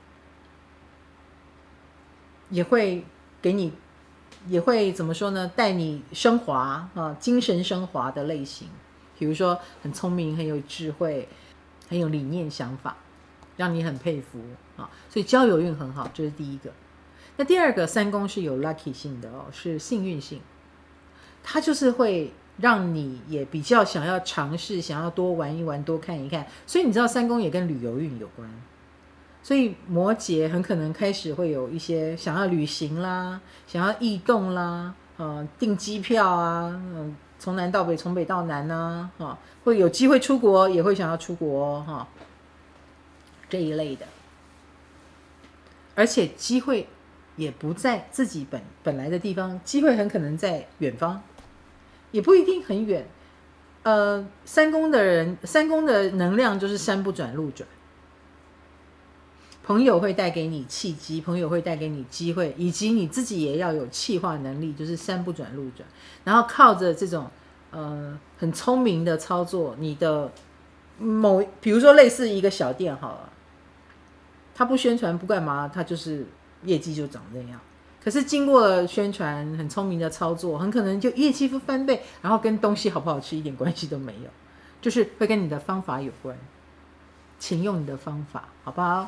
也会给你，也会怎么说呢？带你升华精神升华的类型，比如说很聪明、很有智慧、很有理念想法，让你很佩服所以交友运很好，这是第一个。那第二个，三宫是有 lucky 性的是幸运性，它就是会让你也比较想要尝试，想要多玩一玩，多看一看。所以你知道三宫也跟旅游运有关。所以摩羯很可能开始会有一些想要旅行啦，想要异动啦，订机票从南到北，从北到南会有机会出国，也会想要出国这一类的。而且机会也不在自己本来的地方，机会很可能在远方，也不一定很远。三宫的人，三宫的能量就是山不转路转。朋友会带给你契机，朋友会带给你机会，以及你自己也要有企划能力，就是山不转路转。然后靠着这种很聪明的操作，你的比如说类似一个小店好了，他不宣传不干嘛，他就是业绩就长这样。可是经过了宣传，很聪明的操作，很可能就业绩翻倍，然后跟东西好不好吃一点关系都没有，就是会跟你的方法有关，请用你的方法，好不好？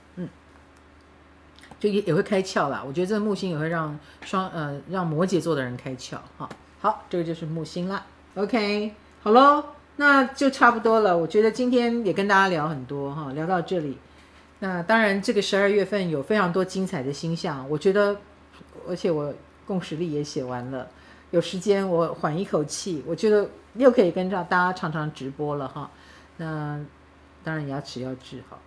就也会开窍啦。我觉得这个木星也会让摩羯座的人开窍好，这个就是木星啦。OK， 好咯， 那就差不多了。我觉得今天也跟大家聊很多哈，聊到这里。那当然，这个12月份有非常多精彩的星象，我觉得，而且我共识力也写完了，有时间我缓一口气，我觉得又可以跟着大家常常直播了哈。那当然牙齿要治好，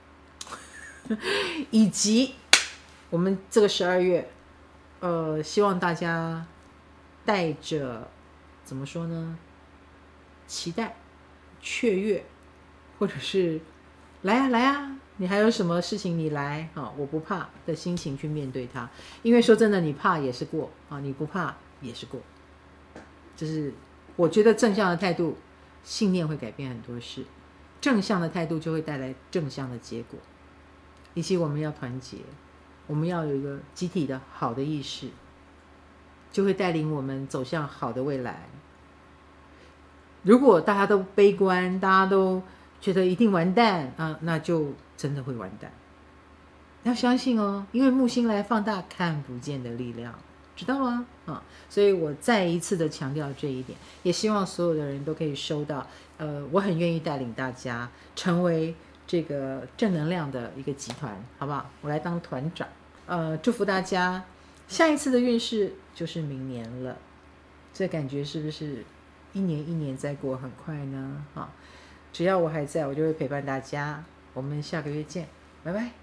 以及我们这个12月，希望大家带着怎么说呢？期待、雀跃，或者是来啊来啊，你还有什么事情你来啊，我不怕的心情去面对它。因为说真的，你怕也是过啊，你不怕也是过。就是我觉得正向的态度，信念会改变很多事，正向的态度就会带来正向的结果。以及我们要团结，我们要有一个集体的好的意识，就会带领我们走向好的未来。如果大家都悲观，大家都觉得一定完蛋啊，那就真的会完蛋。要相信哦，因为木星来放大看不见的力量，知道吗？啊，所以我再一次的强调这一点，也希望所有的人都可以收到。我很愿意带领大家成为这个正能量的一个集团，好不好？我来当团长。祝福大家，下一次的运势就是明年了，这感觉是不是？一年一年在过，很快呢。只要我还在，我就会陪伴大家。我们下个月见，拜拜。